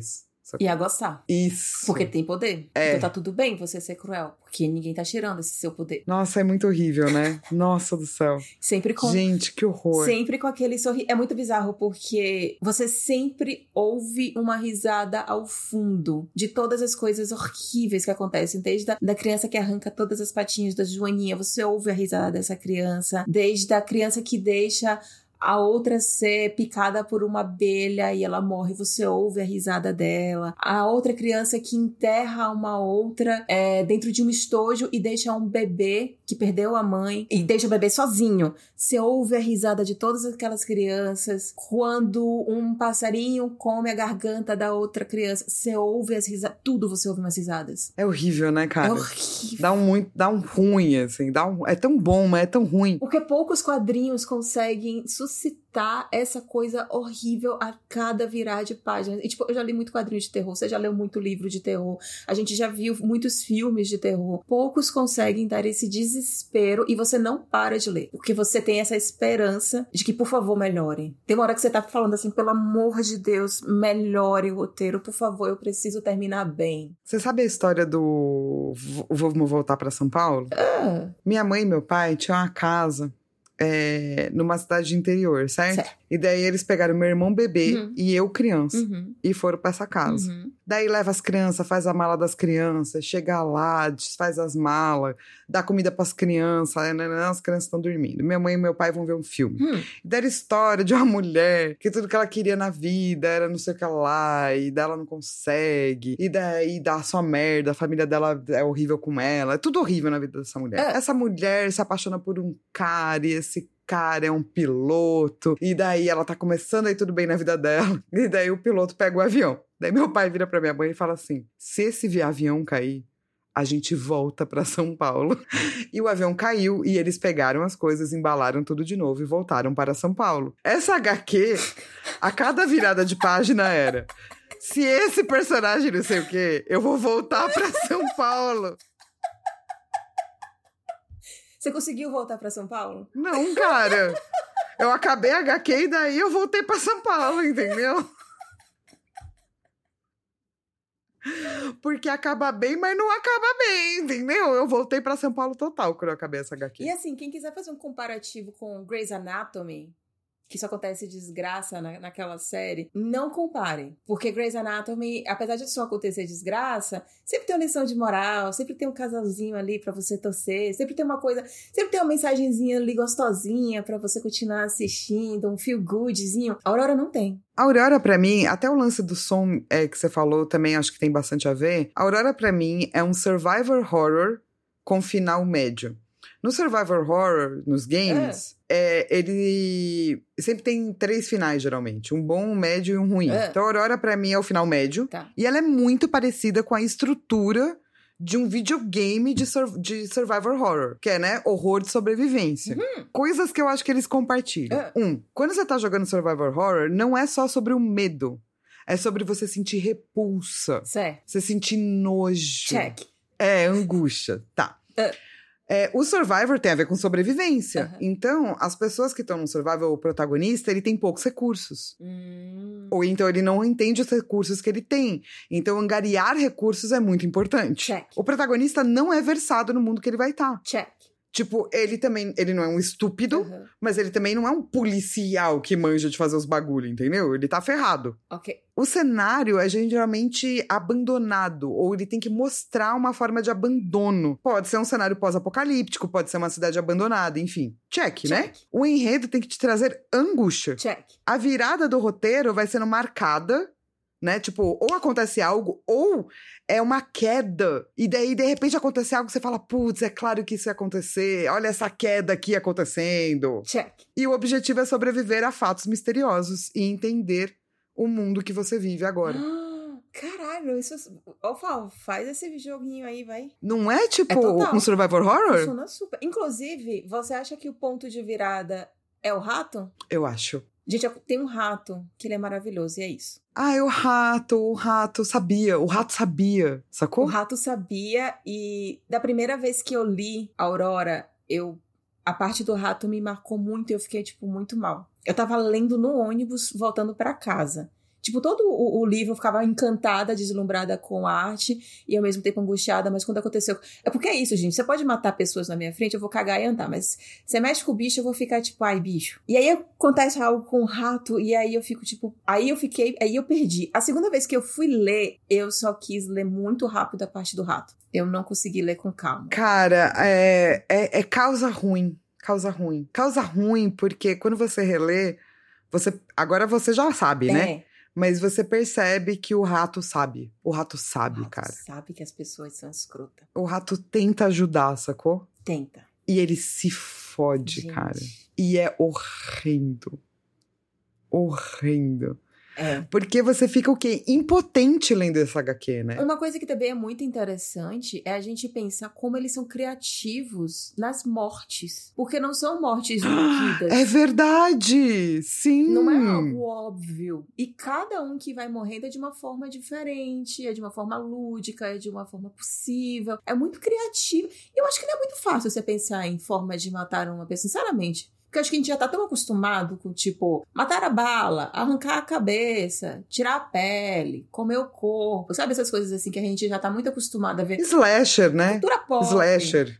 Sacou? Ia gostar. Isso. Porque tem poder. É. Então tá tudo bem você ser cruel. Porque ninguém tá tirando esse seu poder. Nossa, é muito horrível, né? Nossa do céu. Sempre com... Gente, que horror. Sempre com aquele sorriso. É muito bizarro porque você sempre ouve uma risada ao fundo de todas as coisas horríveis que acontecem. Desde a da criança que arranca todas as patinhas da joaninha, você ouve a risada dessa criança. Desde a criança que deixa a outra ser picada por uma abelha e ela morre, você ouve a risada dela. A outra criança que enterra uma outra é, dentro de um estojo e deixa um bebê que perdeu a mãe e deixa o bebê sozinho. Você ouve a risada de todas aquelas crianças. Quando um passarinho come a garganta da outra criança, você ouve as risadas. Tudo você ouve umas risadas. É horrível, né, cara? É horrível. Dá um, muito, dá um ruim, assim. Dá um, é tão bom, mas é tão ruim. Porque poucos quadrinhos conseguem suscitar essa coisa horrível a cada virar de página. E, tipo, eu já li muito quadrinho de terror, você já leu muito livro de terror, a gente já viu muitos filmes de terror. Poucos conseguem dar esse desespero e você não para de ler. Porque você tem essa esperança de que, por favor, melhore. Tem uma hora que você tá falando assim, pelo amor de Deus, melhore o roteiro, por favor, eu preciso terminar bem. Você sabe a história do Vamos Voltar pra São Paulo? Ah. Minha mãe e meu pai tinham uma casa é, numa cidade interior, certo? Certo. E daí eles pegaram meu irmão bebê Uhum. e eu criança Uhum. e foram pra essa casa. Uhum. Daí leva as crianças, faz a mala das crianças, chega lá, desfaz as malas, dá comida pras crianças, né, né, né, as crianças estão dormindo. Minha mãe e meu pai vão ver um filme. Hum. E daí era história de uma mulher que tudo que ela queria na vida era não sei o que lá, e daí ela não consegue, e daí dá só merda, a família dela é horrível com ela, é tudo horrível na vida dessa mulher. É. Essa mulher se apaixona por um cara, e esse cara é um piloto, e daí ela tá começando aí tudo bem na vida dela, e daí o piloto pega o avião. Daí meu pai vira pra minha mãe e fala assim, se esse avião cair, a gente volta pra São Paulo. E o avião caiu e eles pegaram as coisas, embalaram tudo de novo e voltaram para São Paulo. Essa agá quê, a cada virada de página era, se esse personagem não sei o quê, eu vou voltar pra São Paulo. Você conseguiu voltar pra São Paulo? Não, cara. Eu acabei a agá quê e daí eu voltei pra São Paulo, entendeu? Porque acaba bem, mas não acaba bem, entendeu? Eu voltei pra São Paulo total quando eu acabei essa agá quê. E assim, quem quiser fazer um comparativo com Grey's Anatomy, que isso acontece desgraça na, naquela série, não compare. Porque Grey's Anatomy, apesar de só acontecer desgraça, sempre tem uma lição de moral, sempre tem um casalzinho ali pra você torcer, sempre tem uma coisa, sempre tem uma mensagenzinha ali gostosinha pra você continuar assistindo, um feel goodzinho. A Aurora não tem. A Aurora, pra mim, até o lance do som é, que você falou também acho que tem bastante a ver. A Aurora, pra mim, é um survivor horror com final médio. No survivor horror, nos games, é. É, ele sempre tem três finais, geralmente. Um bom, um médio e um ruim. É. Então, a Aurora, pra mim, é o final médio. Tá. E ela é muito parecida com a estrutura de um videogame de, sur- de survivor horror. Que é, né, horror de sobrevivência. Uhum. Coisas que eu acho que eles compartilham. É. Um, quando você tá jogando survivor horror, não é só sobre o medo. É sobre você sentir repulsa. Certo. Você sentir nojo. Check. É, angústia. Tá. É. É, o Survivor tem a ver com sobrevivência. Uhum. Então, as pessoas que estão no Survivor, o protagonista, ele tem poucos recursos. Hum. Ou então ele não entende os recursos que ele tem. Então, angariar recursos é muito importante. Check. O protagonista não é versado no mundo que ele vai estar. Check. Tipo, ele também, ele não é um estúpido, Uhum. mas ele também não é um policial que manja de fazer os bagulho, entendeu? Ele tá ferrado. Ok. O cenário é geralmente abandonado, ou ele tem que mostrar uma forma de abandono. Pode ser um cenário pós-apocalíptico, pode ser uma cidade abandonada, enfim. Check, Check. né? O enredo tem que te trazer angústia. Check. A virada do roteiro vai sendo marcada, né? Tipo, ou acontece algo, ou é uma queda. E daí, de repente, acontece algo que você fala, putz, é claro que isso ia acontecer. Olha essa queda aqui acontecendo. Check. E o objetivo é sobreviver a fatos misteriosos e entender o mundo que você vive agora. Ah, caralho, isso... Ô, Fal, faz esse joguinho aí, vai. Não é tipo É total. um survivor horror? Funciona super. Inclusive, você acha que o ponto de virada é o rato? Eu acho. Gente, tem um rato que ele é maravilhoso, e é isso. Ah, é o rato, o rato sabia, o rato sabia, sacou? O rato sabia, e da primeira vez que eu li Aurora, eu... a parte do rato me marcou muito e eu fiquei, tipo, muito mal. Eu tava lendo no ônibus, voltando pra casa. Tipo, todo o, o livro eu ficava encantada, deslumbrada com a arte e ao mesmo tempo angustiada, mas quando aconteceu... É porque é isso, gente, você pode matar pessoas na minha frente, eu vou cagar e andar, mas você mexe com o bicho, eu vou ficar tipo, ai, bicho. E aí acontece algo com o rato e aí eu fico tipo... Aí eu fiquei, aí eu perdi. A segunda vez que eu fui ler, eu só quis ler muito rápido a parte do rato. Eu não consegui ler com calma. Cara, é, é, é causa ruim. Causa ruim. Causa ruim porque quando você relê, você, agora você já sabe, é. né? Mas você percebe que o rato sabe. O rato sabe, o rato cara. sabe que as pessoas são escrotas. O rato tenta ajudar, sacou? Tenta. E ele se fode, Gente. cara. E é horrendo. Horrendo. É. Porque você fica o quê? Impotente lendo essa agá quê, né? Uma coisa que também é muito interessante é a gente pensar como eles são criativos nas mortes. Porque não são mortes líquidas. É verdade! Sim! Não é algo óbvio. E cada um que vai morrendo é de uma forma diferente, é de uma forma lúdica, é de uma forma possível. É muito criativo. E eu acho que não é muito fácil você pensar em formas de matar uma pessoa, sinceramente. Porque eu acho que a gente já tá tão acostumado com, tipo, matar a bala, arrancar a cabeça, tirar a pele, comer o corpo. Sabe essas coisas assim que a gente já tá muito acostumado a ver? Slasher, né? Cultura pop. Slasher.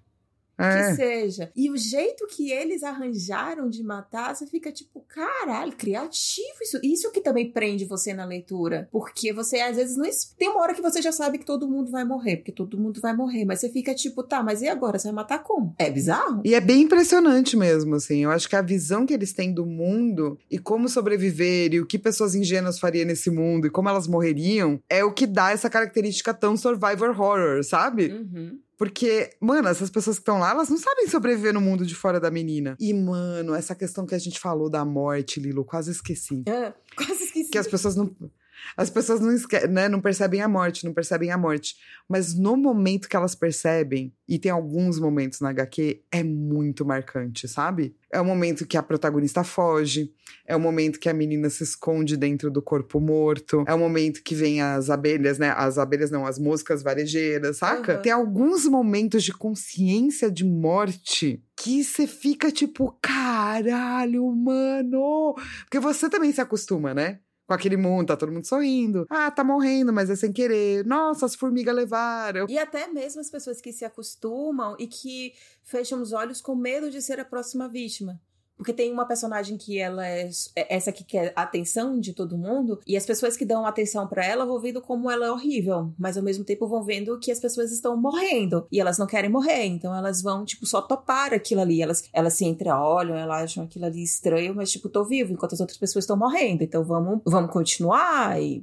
É. Que seja. E o jeito que eles arranjaram de matar, você fica tipo, caralho, criativo isso. Isso que também prende você na leitura. Porque você, às vezes, não... tem uma hora que você já sabe que todo mundo vai morrer. Porque todo mundo vai morrer. Mas você fica tipo, tá, mas e agora? Você vai matar como? É bizarro? E é bem impressionante mesmo, assim. Eu acho que a visão que eles têm do mundo e como sobreviver e o que pessoas ingênuas fariam nesse mundo e como elas morreriam é o que dá essa característica tão survivor horror, sabe? Uhum. Porque, mano, essas pessoas que estão lá, elas não sabem sobreviver no mundo de fora da menina. E, mano, essa questão que a gente falou da morte, Lilo, quase esqueci. É, quase esqueci. Que as pessoas não... As pessoas não, esque... né, não percebem a morte, não percebem a morte. Mas no momento que elas percebem, e tem alguns momentos na agá quê, é muito marcante, sabe? É o momento que a protagonista foge, é o momento que a menina se esconde dentro do corpo morto, é o momento que vem as abelhas, né? As abelhas não, as moscas varejeiras, saca? Uhum. Tem alguns momentos de consciência de morte que você fica tipo, caralho, mano! Porque você também se acostuma, né? Com aquele mundo, tá todo mundo sorrindo. Ah, tá morrendo, mas é sem querer. Nossa, as formigas levaram. E até mesmo as pessoas que se acostumam e que fecham os olhos com medo de ser a próxima vítima. Porque tem uma personagem que ela é essa que quer a atenção de todo mundo, e as pessoas que dão atenção pra ela vão vendo como ela é horrível, mas ao mesmo tempo vão vendo que as pessoas estão morrendo, e elas não querem morrer, então elas vão, tipo, só topar aquilo ali, elas, elas se entreolham, elas acham aquilo ali estranho, mas, tipo, tô vivo, enquanto as outras pessoas estão morrendo, então vamos, vamos continuar e...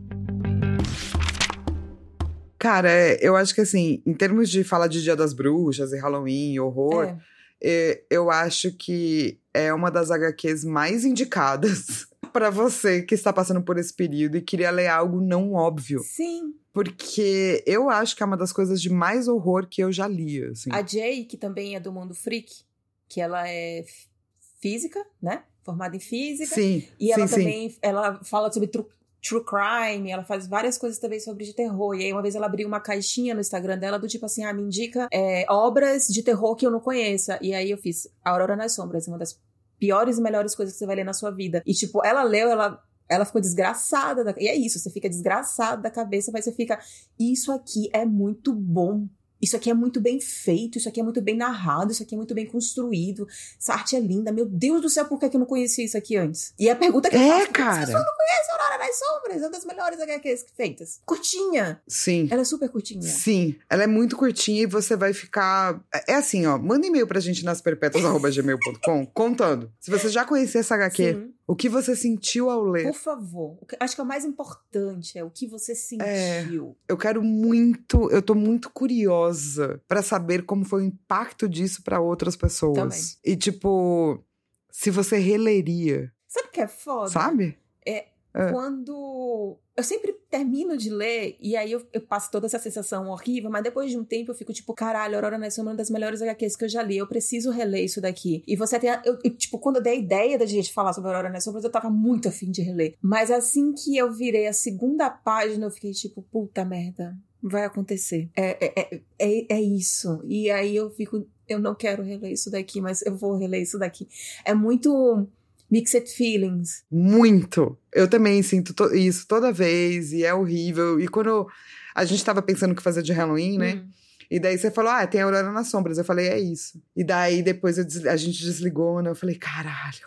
Cara, é, eu acho que assim, em termos de falar de Dia das Bruxas e Halloween, horror... É. Eu acho que é uma das agá quês mais indicadas pra você que está passando por esse período e queria ler algo não óbvio. Sim. Porque eu acho que é uma das coisas de mais horror que eu já li, assim. A Jay, que também é do mundo freak, que ela é física, né? Formada em física. Sim, E ela sim, também, sim. ela fala sobre true, true crime, ela faz várias coisas também sobre de terror. E aí uma vez ela abriu uma caixinha no Instagram dela do tipo assim, ah, me indica é, obras de terror que eu não conheça. E aí eu fiz Aurora nas Sombras, uma das piores e melhores coisas que você vai ler na sua vida. E tipo, ela leu, ela... Ela ficou desgraçada. Da... E é isso, você fica desgraçado da cabeça, mas você fica... Isso aqui é muito bom. Isso aqui é muito bem feito, isso aqui é muito bem narrado, isso aqui é muito bem construído. Essa arte é linda. Meu Deus do céu, por que eu não conhecia isso aqui antes? E a pergunta que eu É, faço, cara. as pessoas não conhecem Aurora nas Sombras, é uma das melhores agá quês feitas. Curtinha. Sim. Ela é super curtinha. Sim, ela é muito curtinha e você vai ficar... É assim, ó, manda e-mail pra gente nas perpétuas arroba gmail ponto com contando. Se você já conhecia essa agá quê, Sim. o que você sentiu ao ler? Por favor. Acho que é o mais importante é o que você sentiu. É, eu quero muito, eu tô muito curiosa pra saber como foi o impacto disso pra outras pessoas. Também. E tipo, se você releria, Sabe o que é foda? sabe? É, É. quando... Eu sempre termino de ler e aí eu, eu passo toda essa sensação horrível, mas depois de um tempo eu fico tipo, caralho, Aurora nas Sombras é uma das melhores agá quês que eu já li, eu preciso reler isso daqui. E você tem... A, eu, eu, tipo, quando eu dei a ideia da gente falar sobre Aurora nas Sombras, eu tava muito afim de reler. Mas assim que eu virei a segunda página, eu fiquei tipo, puta merda, vai acontecer. É, é, é, é, é isso. E aí eu fico... Eu não quero reler isso daqui, mas eu vou reler isso daqui. É muito... Mixed feelings. Muito. Eu também sinto to- isso toda vez, e é horrível. E quando a gente tava pensando o que fazer de Halloween, né? Hum. E daí você falou, ah, tem Aurora nas Sombras. Eu falei, é isso. E daí depois eu des- a gente desligou, né? Eu falei, caralho.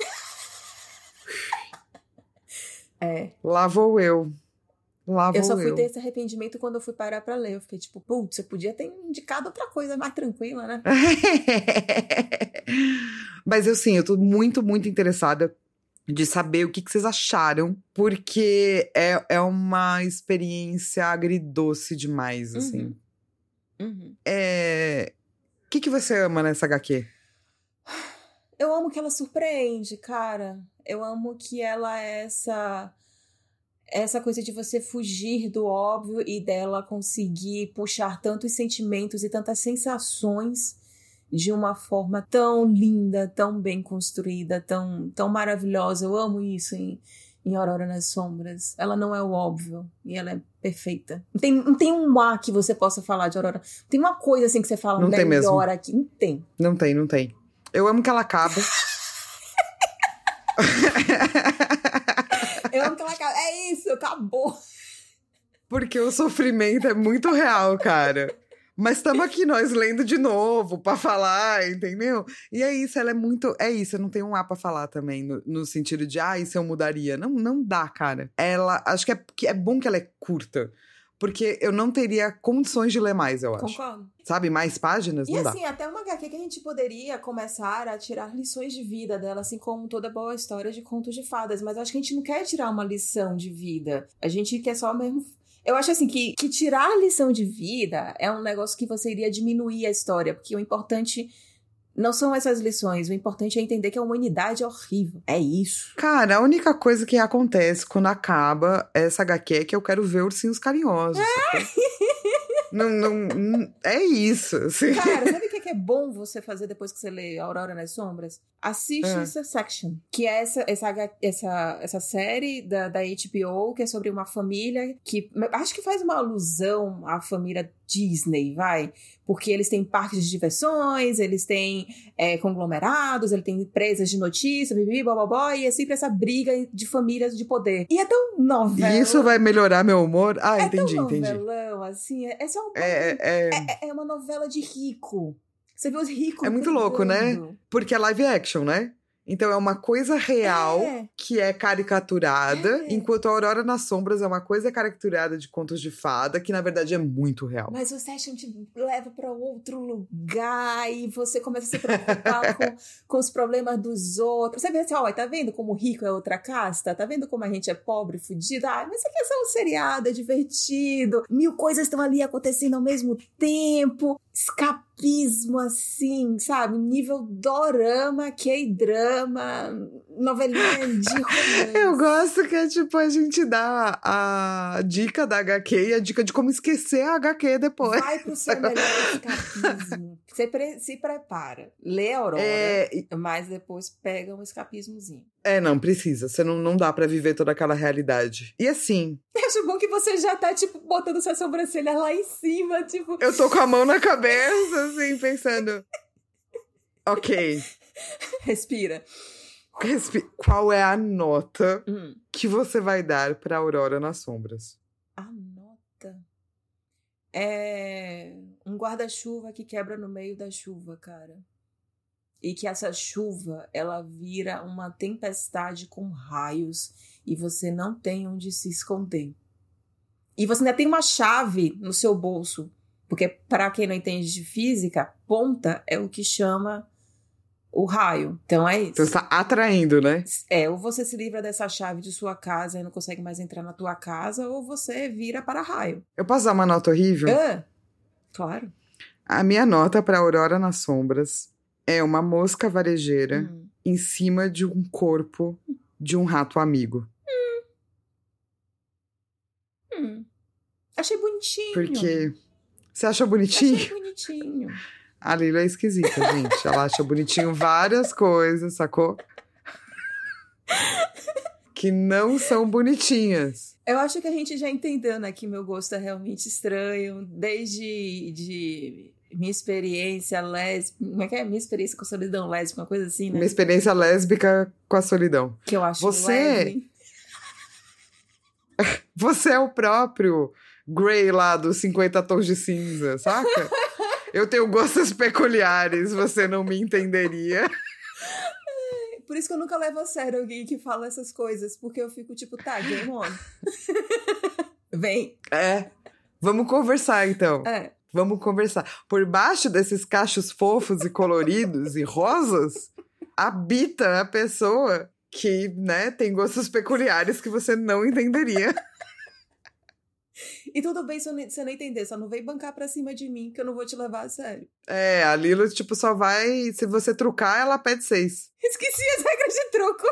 É. Lá vou eu. Lá vou Eu só fui eu. ter esse arrependimento quando eu fui parar pra ler. Eu fiquei tipo, putz, eu podia ter indicado outra coisa mais tranquila, né? Mas eu sim, eu tô muito, muito interessada de saber o que, que vocês acharam, porque é, é uma experiência agridoce demais, assim. Uhum. Uhum. É... O que, que você ama nessa agá quê? Eu amo que ela surpreende, cara. Eu amo que ela é essa... Essa coisa de você fugir do óbvio e dela conseguir puxar tantos sentimentos e tantas sensações de uma forma tão linda, tão bem construída, tão, tão maravilhosa. Eu amo isso em, em Aurora nas Sombras. Ela não é o óbvio e ela é perfeita. Não tem, não tem um A que você possa falar de Aurora. Tem uma coisa assim que você fala Não tem melhor mesmo. aqui. Não tem. Não tem, não tem. Eu amo que ela acaba. Eu amo que ela acaba. É isso, acabou. Porque o sofrimento é muito real, cara. Mas estamos aqui nós lendo de novo pra falar, entendeu? E é isso, ela é muito... É isso, eu não tenho um A pra falar também, no, no sentido de, ah, isso eu mudaria. Não, não dá, cara. Ela... Acho que é, que é bom que ela é curta. Porque eu não teria condições de ler mais, eu acho. Concordo. Sabe, mais páginas? E Não dá. assim, até uma agá quê que a gente poderia começar a tirar lições de vida dela, assim como toda boa história de contos de fadas. Mas eu acho que a gente não quer tirar uma lição de vida. A gente quer só mesmo... Eu acho assim que, que tirar a lição de vida é um negócio que você iria diminuir a história. Porque o importante não são essas lições. O importante é entender que a humanidade é horrível. É isso. Cara, a única coisa que acontece quando acaba essa agá quê é que eu quero ver ursinhos carinhosos. não, não, não... É isso, assim. Cara, sabe o que é bom você fazer depois que você lê Aurora nas Sombras? Assiste É. Succession, que é essa, essa, essa, essa série da, da H B O, que é sobre uma família que... Acho que faz uma alusão à família Disney, vai? Porque eles têm parques de diversões, eles têm é, conglomerados, eles têm empresas de notícias, bibi, blá, e é sempre essa briga de famílias de poder. E é tão novela. E isso vai melhorar meu humor? Ah, é entendi, tão entendi. novelão, assim. É, é só um... É, é, É, é uma novela de rico. Você vê os ricos. É muito louco, né? brigando. Porque é live action, né? Então é uma coisa real É. que é caricaturada, É. enquanto a Aurora nas Sombras é uma coisa caricaturada de contos de fada, que na verdade é muito real. Mas o Session te leva pra outro lugar e você começa a se preocupar com, com os problemas dos outros. Você vê assim, ó, tá vendo como rico é outra casta? Tá vendo como a gente é pobre, fudido? Ah, mas isso aqui é só um seriado, é divertido. Mil coisas estão ali acontecendo ao mesmo tempo. Escapismo, assim, sabe? Nível dorama, K-drama, novelinha de romance. Eu gosto que é tipo a gente dá a dica da agá quê e a dica de como esquecer a agá quê depois. Vai pro seu melhor escapismo. Você pre- se prepara. Lê a Aurora, É, mas depois pega um escapismozinho. é, não, precisa. Você não, não dá pra viver toda aquela realidade. E assim, Eu acho bom que você já tá, tipo, botando sua sobrancelha lá em cima, tipo... eu tô com a mão na cabeça, assim, pensando... Ok, Respira. respi- qual é a nota Hum. que você vai dar pra Aurora nas Sombras? A nota é um guarda-chuva que quebra no meio da chuva, cara. E que essa chuva, ela vira uma tempestade com raios e você não tem onde se esconder. E você ainda tem uma chave no seu bolso, porque para quem não entende de física, ponta é o que chama o raio. Então é isso. Então você tá atraindo, né? É, ou você se livra dessa chave de sua casa e não consegue mais entrar na tua casa, ou você vira para raio. Eu posso dar uma nota horrível? Ah, claro. A minha nota pra Aurora nas Sombras é uma mosca varejeira Hum. em cima de um corpo de um rato amigo. Hum. Achei bonitinho. Porque... Você acha bonitinho? Achei bonitinho. A Lila é esquisita, gente. Ela acha bonitinho várias coisas, sacou? Que não são bonitinhas. Eu acho que a gente já entendeu, né, que meu gosto é realmente estranho. Desde de minha experiência lésbica... Como é que é? Minha experiência com a solidão lésbica, uma coisa assim, né? Minha experiência lésbica com a solidão. Que eu acho Você... leve. Você é o próprio Grey lá dos cinquenta tons de cinza, saca? Eu tenho gostos peculiares, você não me entenderia. Por isso que eu nunca levo a sério alguém que fala essas coisas, porque eu fico tipo, tá, game on. Vem. É, vamos conversar então. É. Vamos conversar. Por baixo desses cachos fofos e coloridos e rosas, habita a pessoa que, né, tem gostos peculiares que você não entenderia. E tudo bem se você não entender, só não vem bancar pra cima de mim, que eu não vou te levar a sério. É, a Lilo, tipo, só vai... Se você trucar, ela pede seis. Esqueci as regras de truco.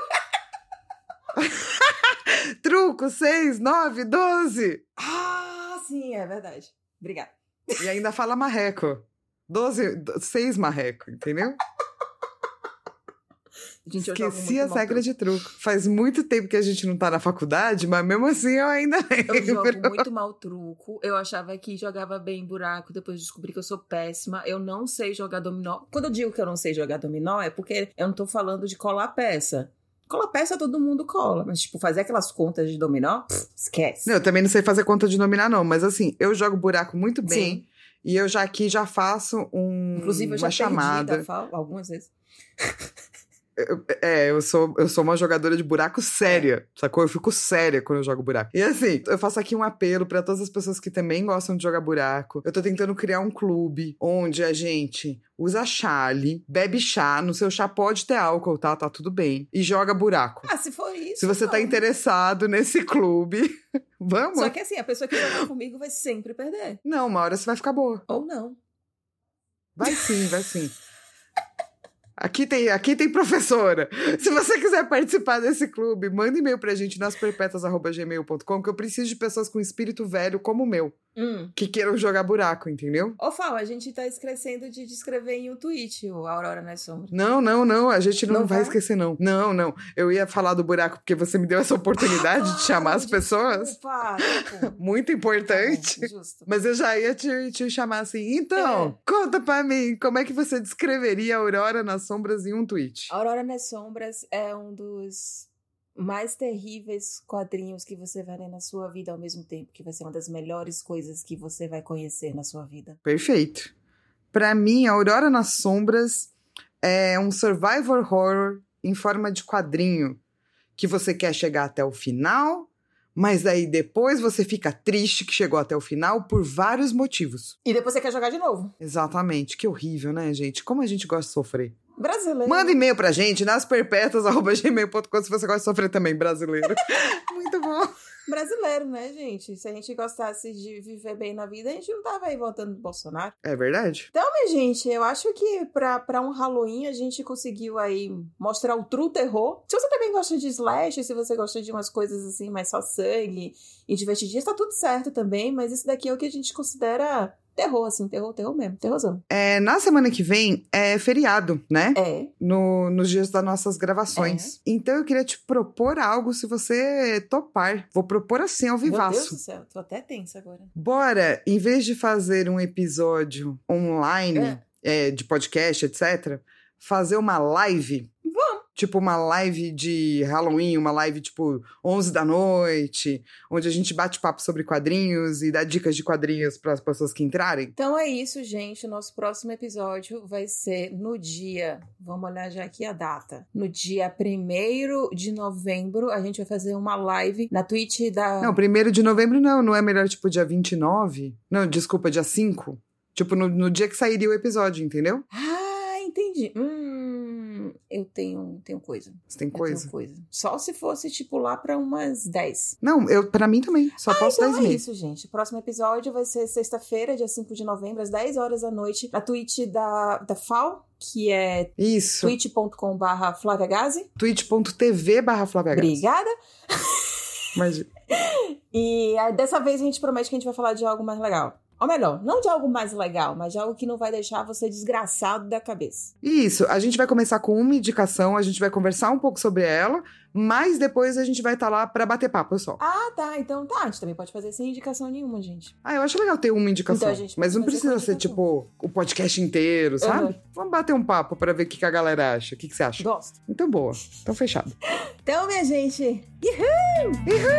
Truco, seis, nove, doze. Ah, sim, é verdade. Obrigada. E ainda fala marreco. Doze, seis marreco, entendeu? Gente, esqueci as regras de truco. Faz muito tempo que a gente não tá na faculdade, mas mesmo assim eu ainda lembro. Eu jogo muito mal truco. Eu achava que jogava bem buraco, depois descobri que eu sou péssima. Eu não sei jogar dominó. Quando eu digo que eu não sei jogar dominó, é porque eu não tô falando de colar peça. Colar peça todo mundo cola, mas tipo, fazer aquelas contas de dominó, pff, esquece. Não, eu também não sei fazer conta de dominar não, mas assim, eu jogo buraco muito bem. Sim. E eu já aqui já faço um, Inclusive, eu já uma chamada. perdi da F A U algumas vezes. Eu, é, eu sou, eu sou uma jogadora de buraco séria, é. sacou? Eu fico séria quando eu jogo buraco. E assim, eu faço aqui um apelo pra todas as pessoas que também gostam de jogar buraco. Eu tô tentando criar um clube onde a gente usa chale, bebe chá, no seu chá pode ter álcool, tá? Tá tudo bem. E joga buraco. Ah, se for isso. Se você não. tá interessado nesse clube, vamos. Só que assim, a pessoa que jogar comigo vai sempre perder. Não, uma hora você vai ficar boa. Ou não. Vai sim, vai sim. Aqui tem, aqui tem professora. Se você quiser participar desse clube, manda e-mail pra gente nas perpetas arroba gmail ponto com, que eu preciso de pessoas com espírito velho como o meu. Hum. Que queiram jogar buraco, entendeu? Ô, Fal, a gente tá esquecendo de descrever em um tweet o Aurora nas Sombras. Não, não, não. A gente não, Não vai vai? esquecer, não. Não, não. Eu ia falar do buraco porque você me deu essa oportunidade Ah, de chamar as pessoas. Desculpa, desculpa. Muito importante. Tá bom, justo. Mas eu já ia te, te chamar assim. Então, É. conta pra mim, como é que você descreveria a Aurora nas Sombras em um tweet? Aurora nas Sombras é um dos mais terríveis quadrinhos que você vai ler na sua vida ao mesmo tempo, que vai ser uma das melhores coisas que você vai conhecer na sua vida. Perfeito. Pra mim, a Aurora nas Sombras é um survivor horror em forma de quadrinho, que você quer chegar até o final, mas aí depois você fica triste que chegou até o final por vários motivos. E depois você quer jogar de novo. Exatamente. Que horrível, né, gente? Como a gente gosta de sofrer. Brasileiro. Manda e-mail pra gente nas perpetas arroba gmail ponto com se você gosta de sofrer também, brasileiro. Muito bom. Brasileiro, né, gente? Se a gente gostasse de viver bem na vida, a gente não tava aí votando no Bolsonaro. É verdade? Então, minha gente, eu acho que pra, pra um Halloween a gente conseguiu aí mostrar o true terror. Se você também gosta de slash, se você gosta de umas coisas assim, mais só sangue e divertidinhas, tá tudo certo também, mas isso daqui é o que a gente considera terror, assim, terror, terror mesmo, terrorzão. É, na semana que vem é feriado, né? É. No, nos dias das nossas gravações. É. Então eu queria te propor algo se você topar. Vou propor assim ao Meu Deus vivaço. do céu, tô até tensa agora. Bora, em vez de fazer um episódio online, É. é, de podcast, etcétera, fazer uma live. Vamos. Tipo uma live de Halloween, uma live tipo onze da noite, onde a gente bate papo sobre quadrinhos e dá dicas de quadrinhos para as pessoas que entrarem. Então é isso, gente. O nosso próximo episódio vai ser no dia... Vamos olhar já aqui a data. No dia primeiro de novembro, a gente vai fazer uma live na Twitch da... Não, primeiro de novembro não, não é melhor tipo dia vinte e nove? Não, desculpa, dia cinco? Tipo no, no dia que sairia o episódio, entendeu? Ah, entendi. Hum, eu tenho, tenho coisa. Você tem Eu coisa? tenho coisa. Só se fosse, tipo, lá pra umas dez. Não, eu, pra mim também. Só Ah, posso então dez e é meia. isso, gente. O próximo episódio vai ser sexta-feira, dia cinco de novembro, às dez horas da noite, na Twitch da, da F A U, que é Isso. twitch ponto com barra Flávia Gazi. twitch ponto tv barra Flávia Gazi. Obrigada. Mas E aí, dessa vez a gente promete que a gente vai falar de algo mais legal. Ou melhor, não de algo mais legal, mas de algo que não vai deixar você desgraçado da cabeça. Isso, a gente vai começar com uma indicação, a gente vai conversar um pouco sobre ela, mas depois a gente vai estar lá pra bater papo só. Ah, tá. Então tá, a gente também pode fazer sem indicação nenhuma, gente. Ah, eu acho legal ter uma indicação, Então, a gente mas não pode fazer precisa com ser, indicação. tipo, o podcast inteiro, sabe? Uhum. Vamos bater um papo pra ver o que, que a galera acha. O que, que você acha? Gosto. Então, boa. Então, fechado. Então, minha gente, Uhul!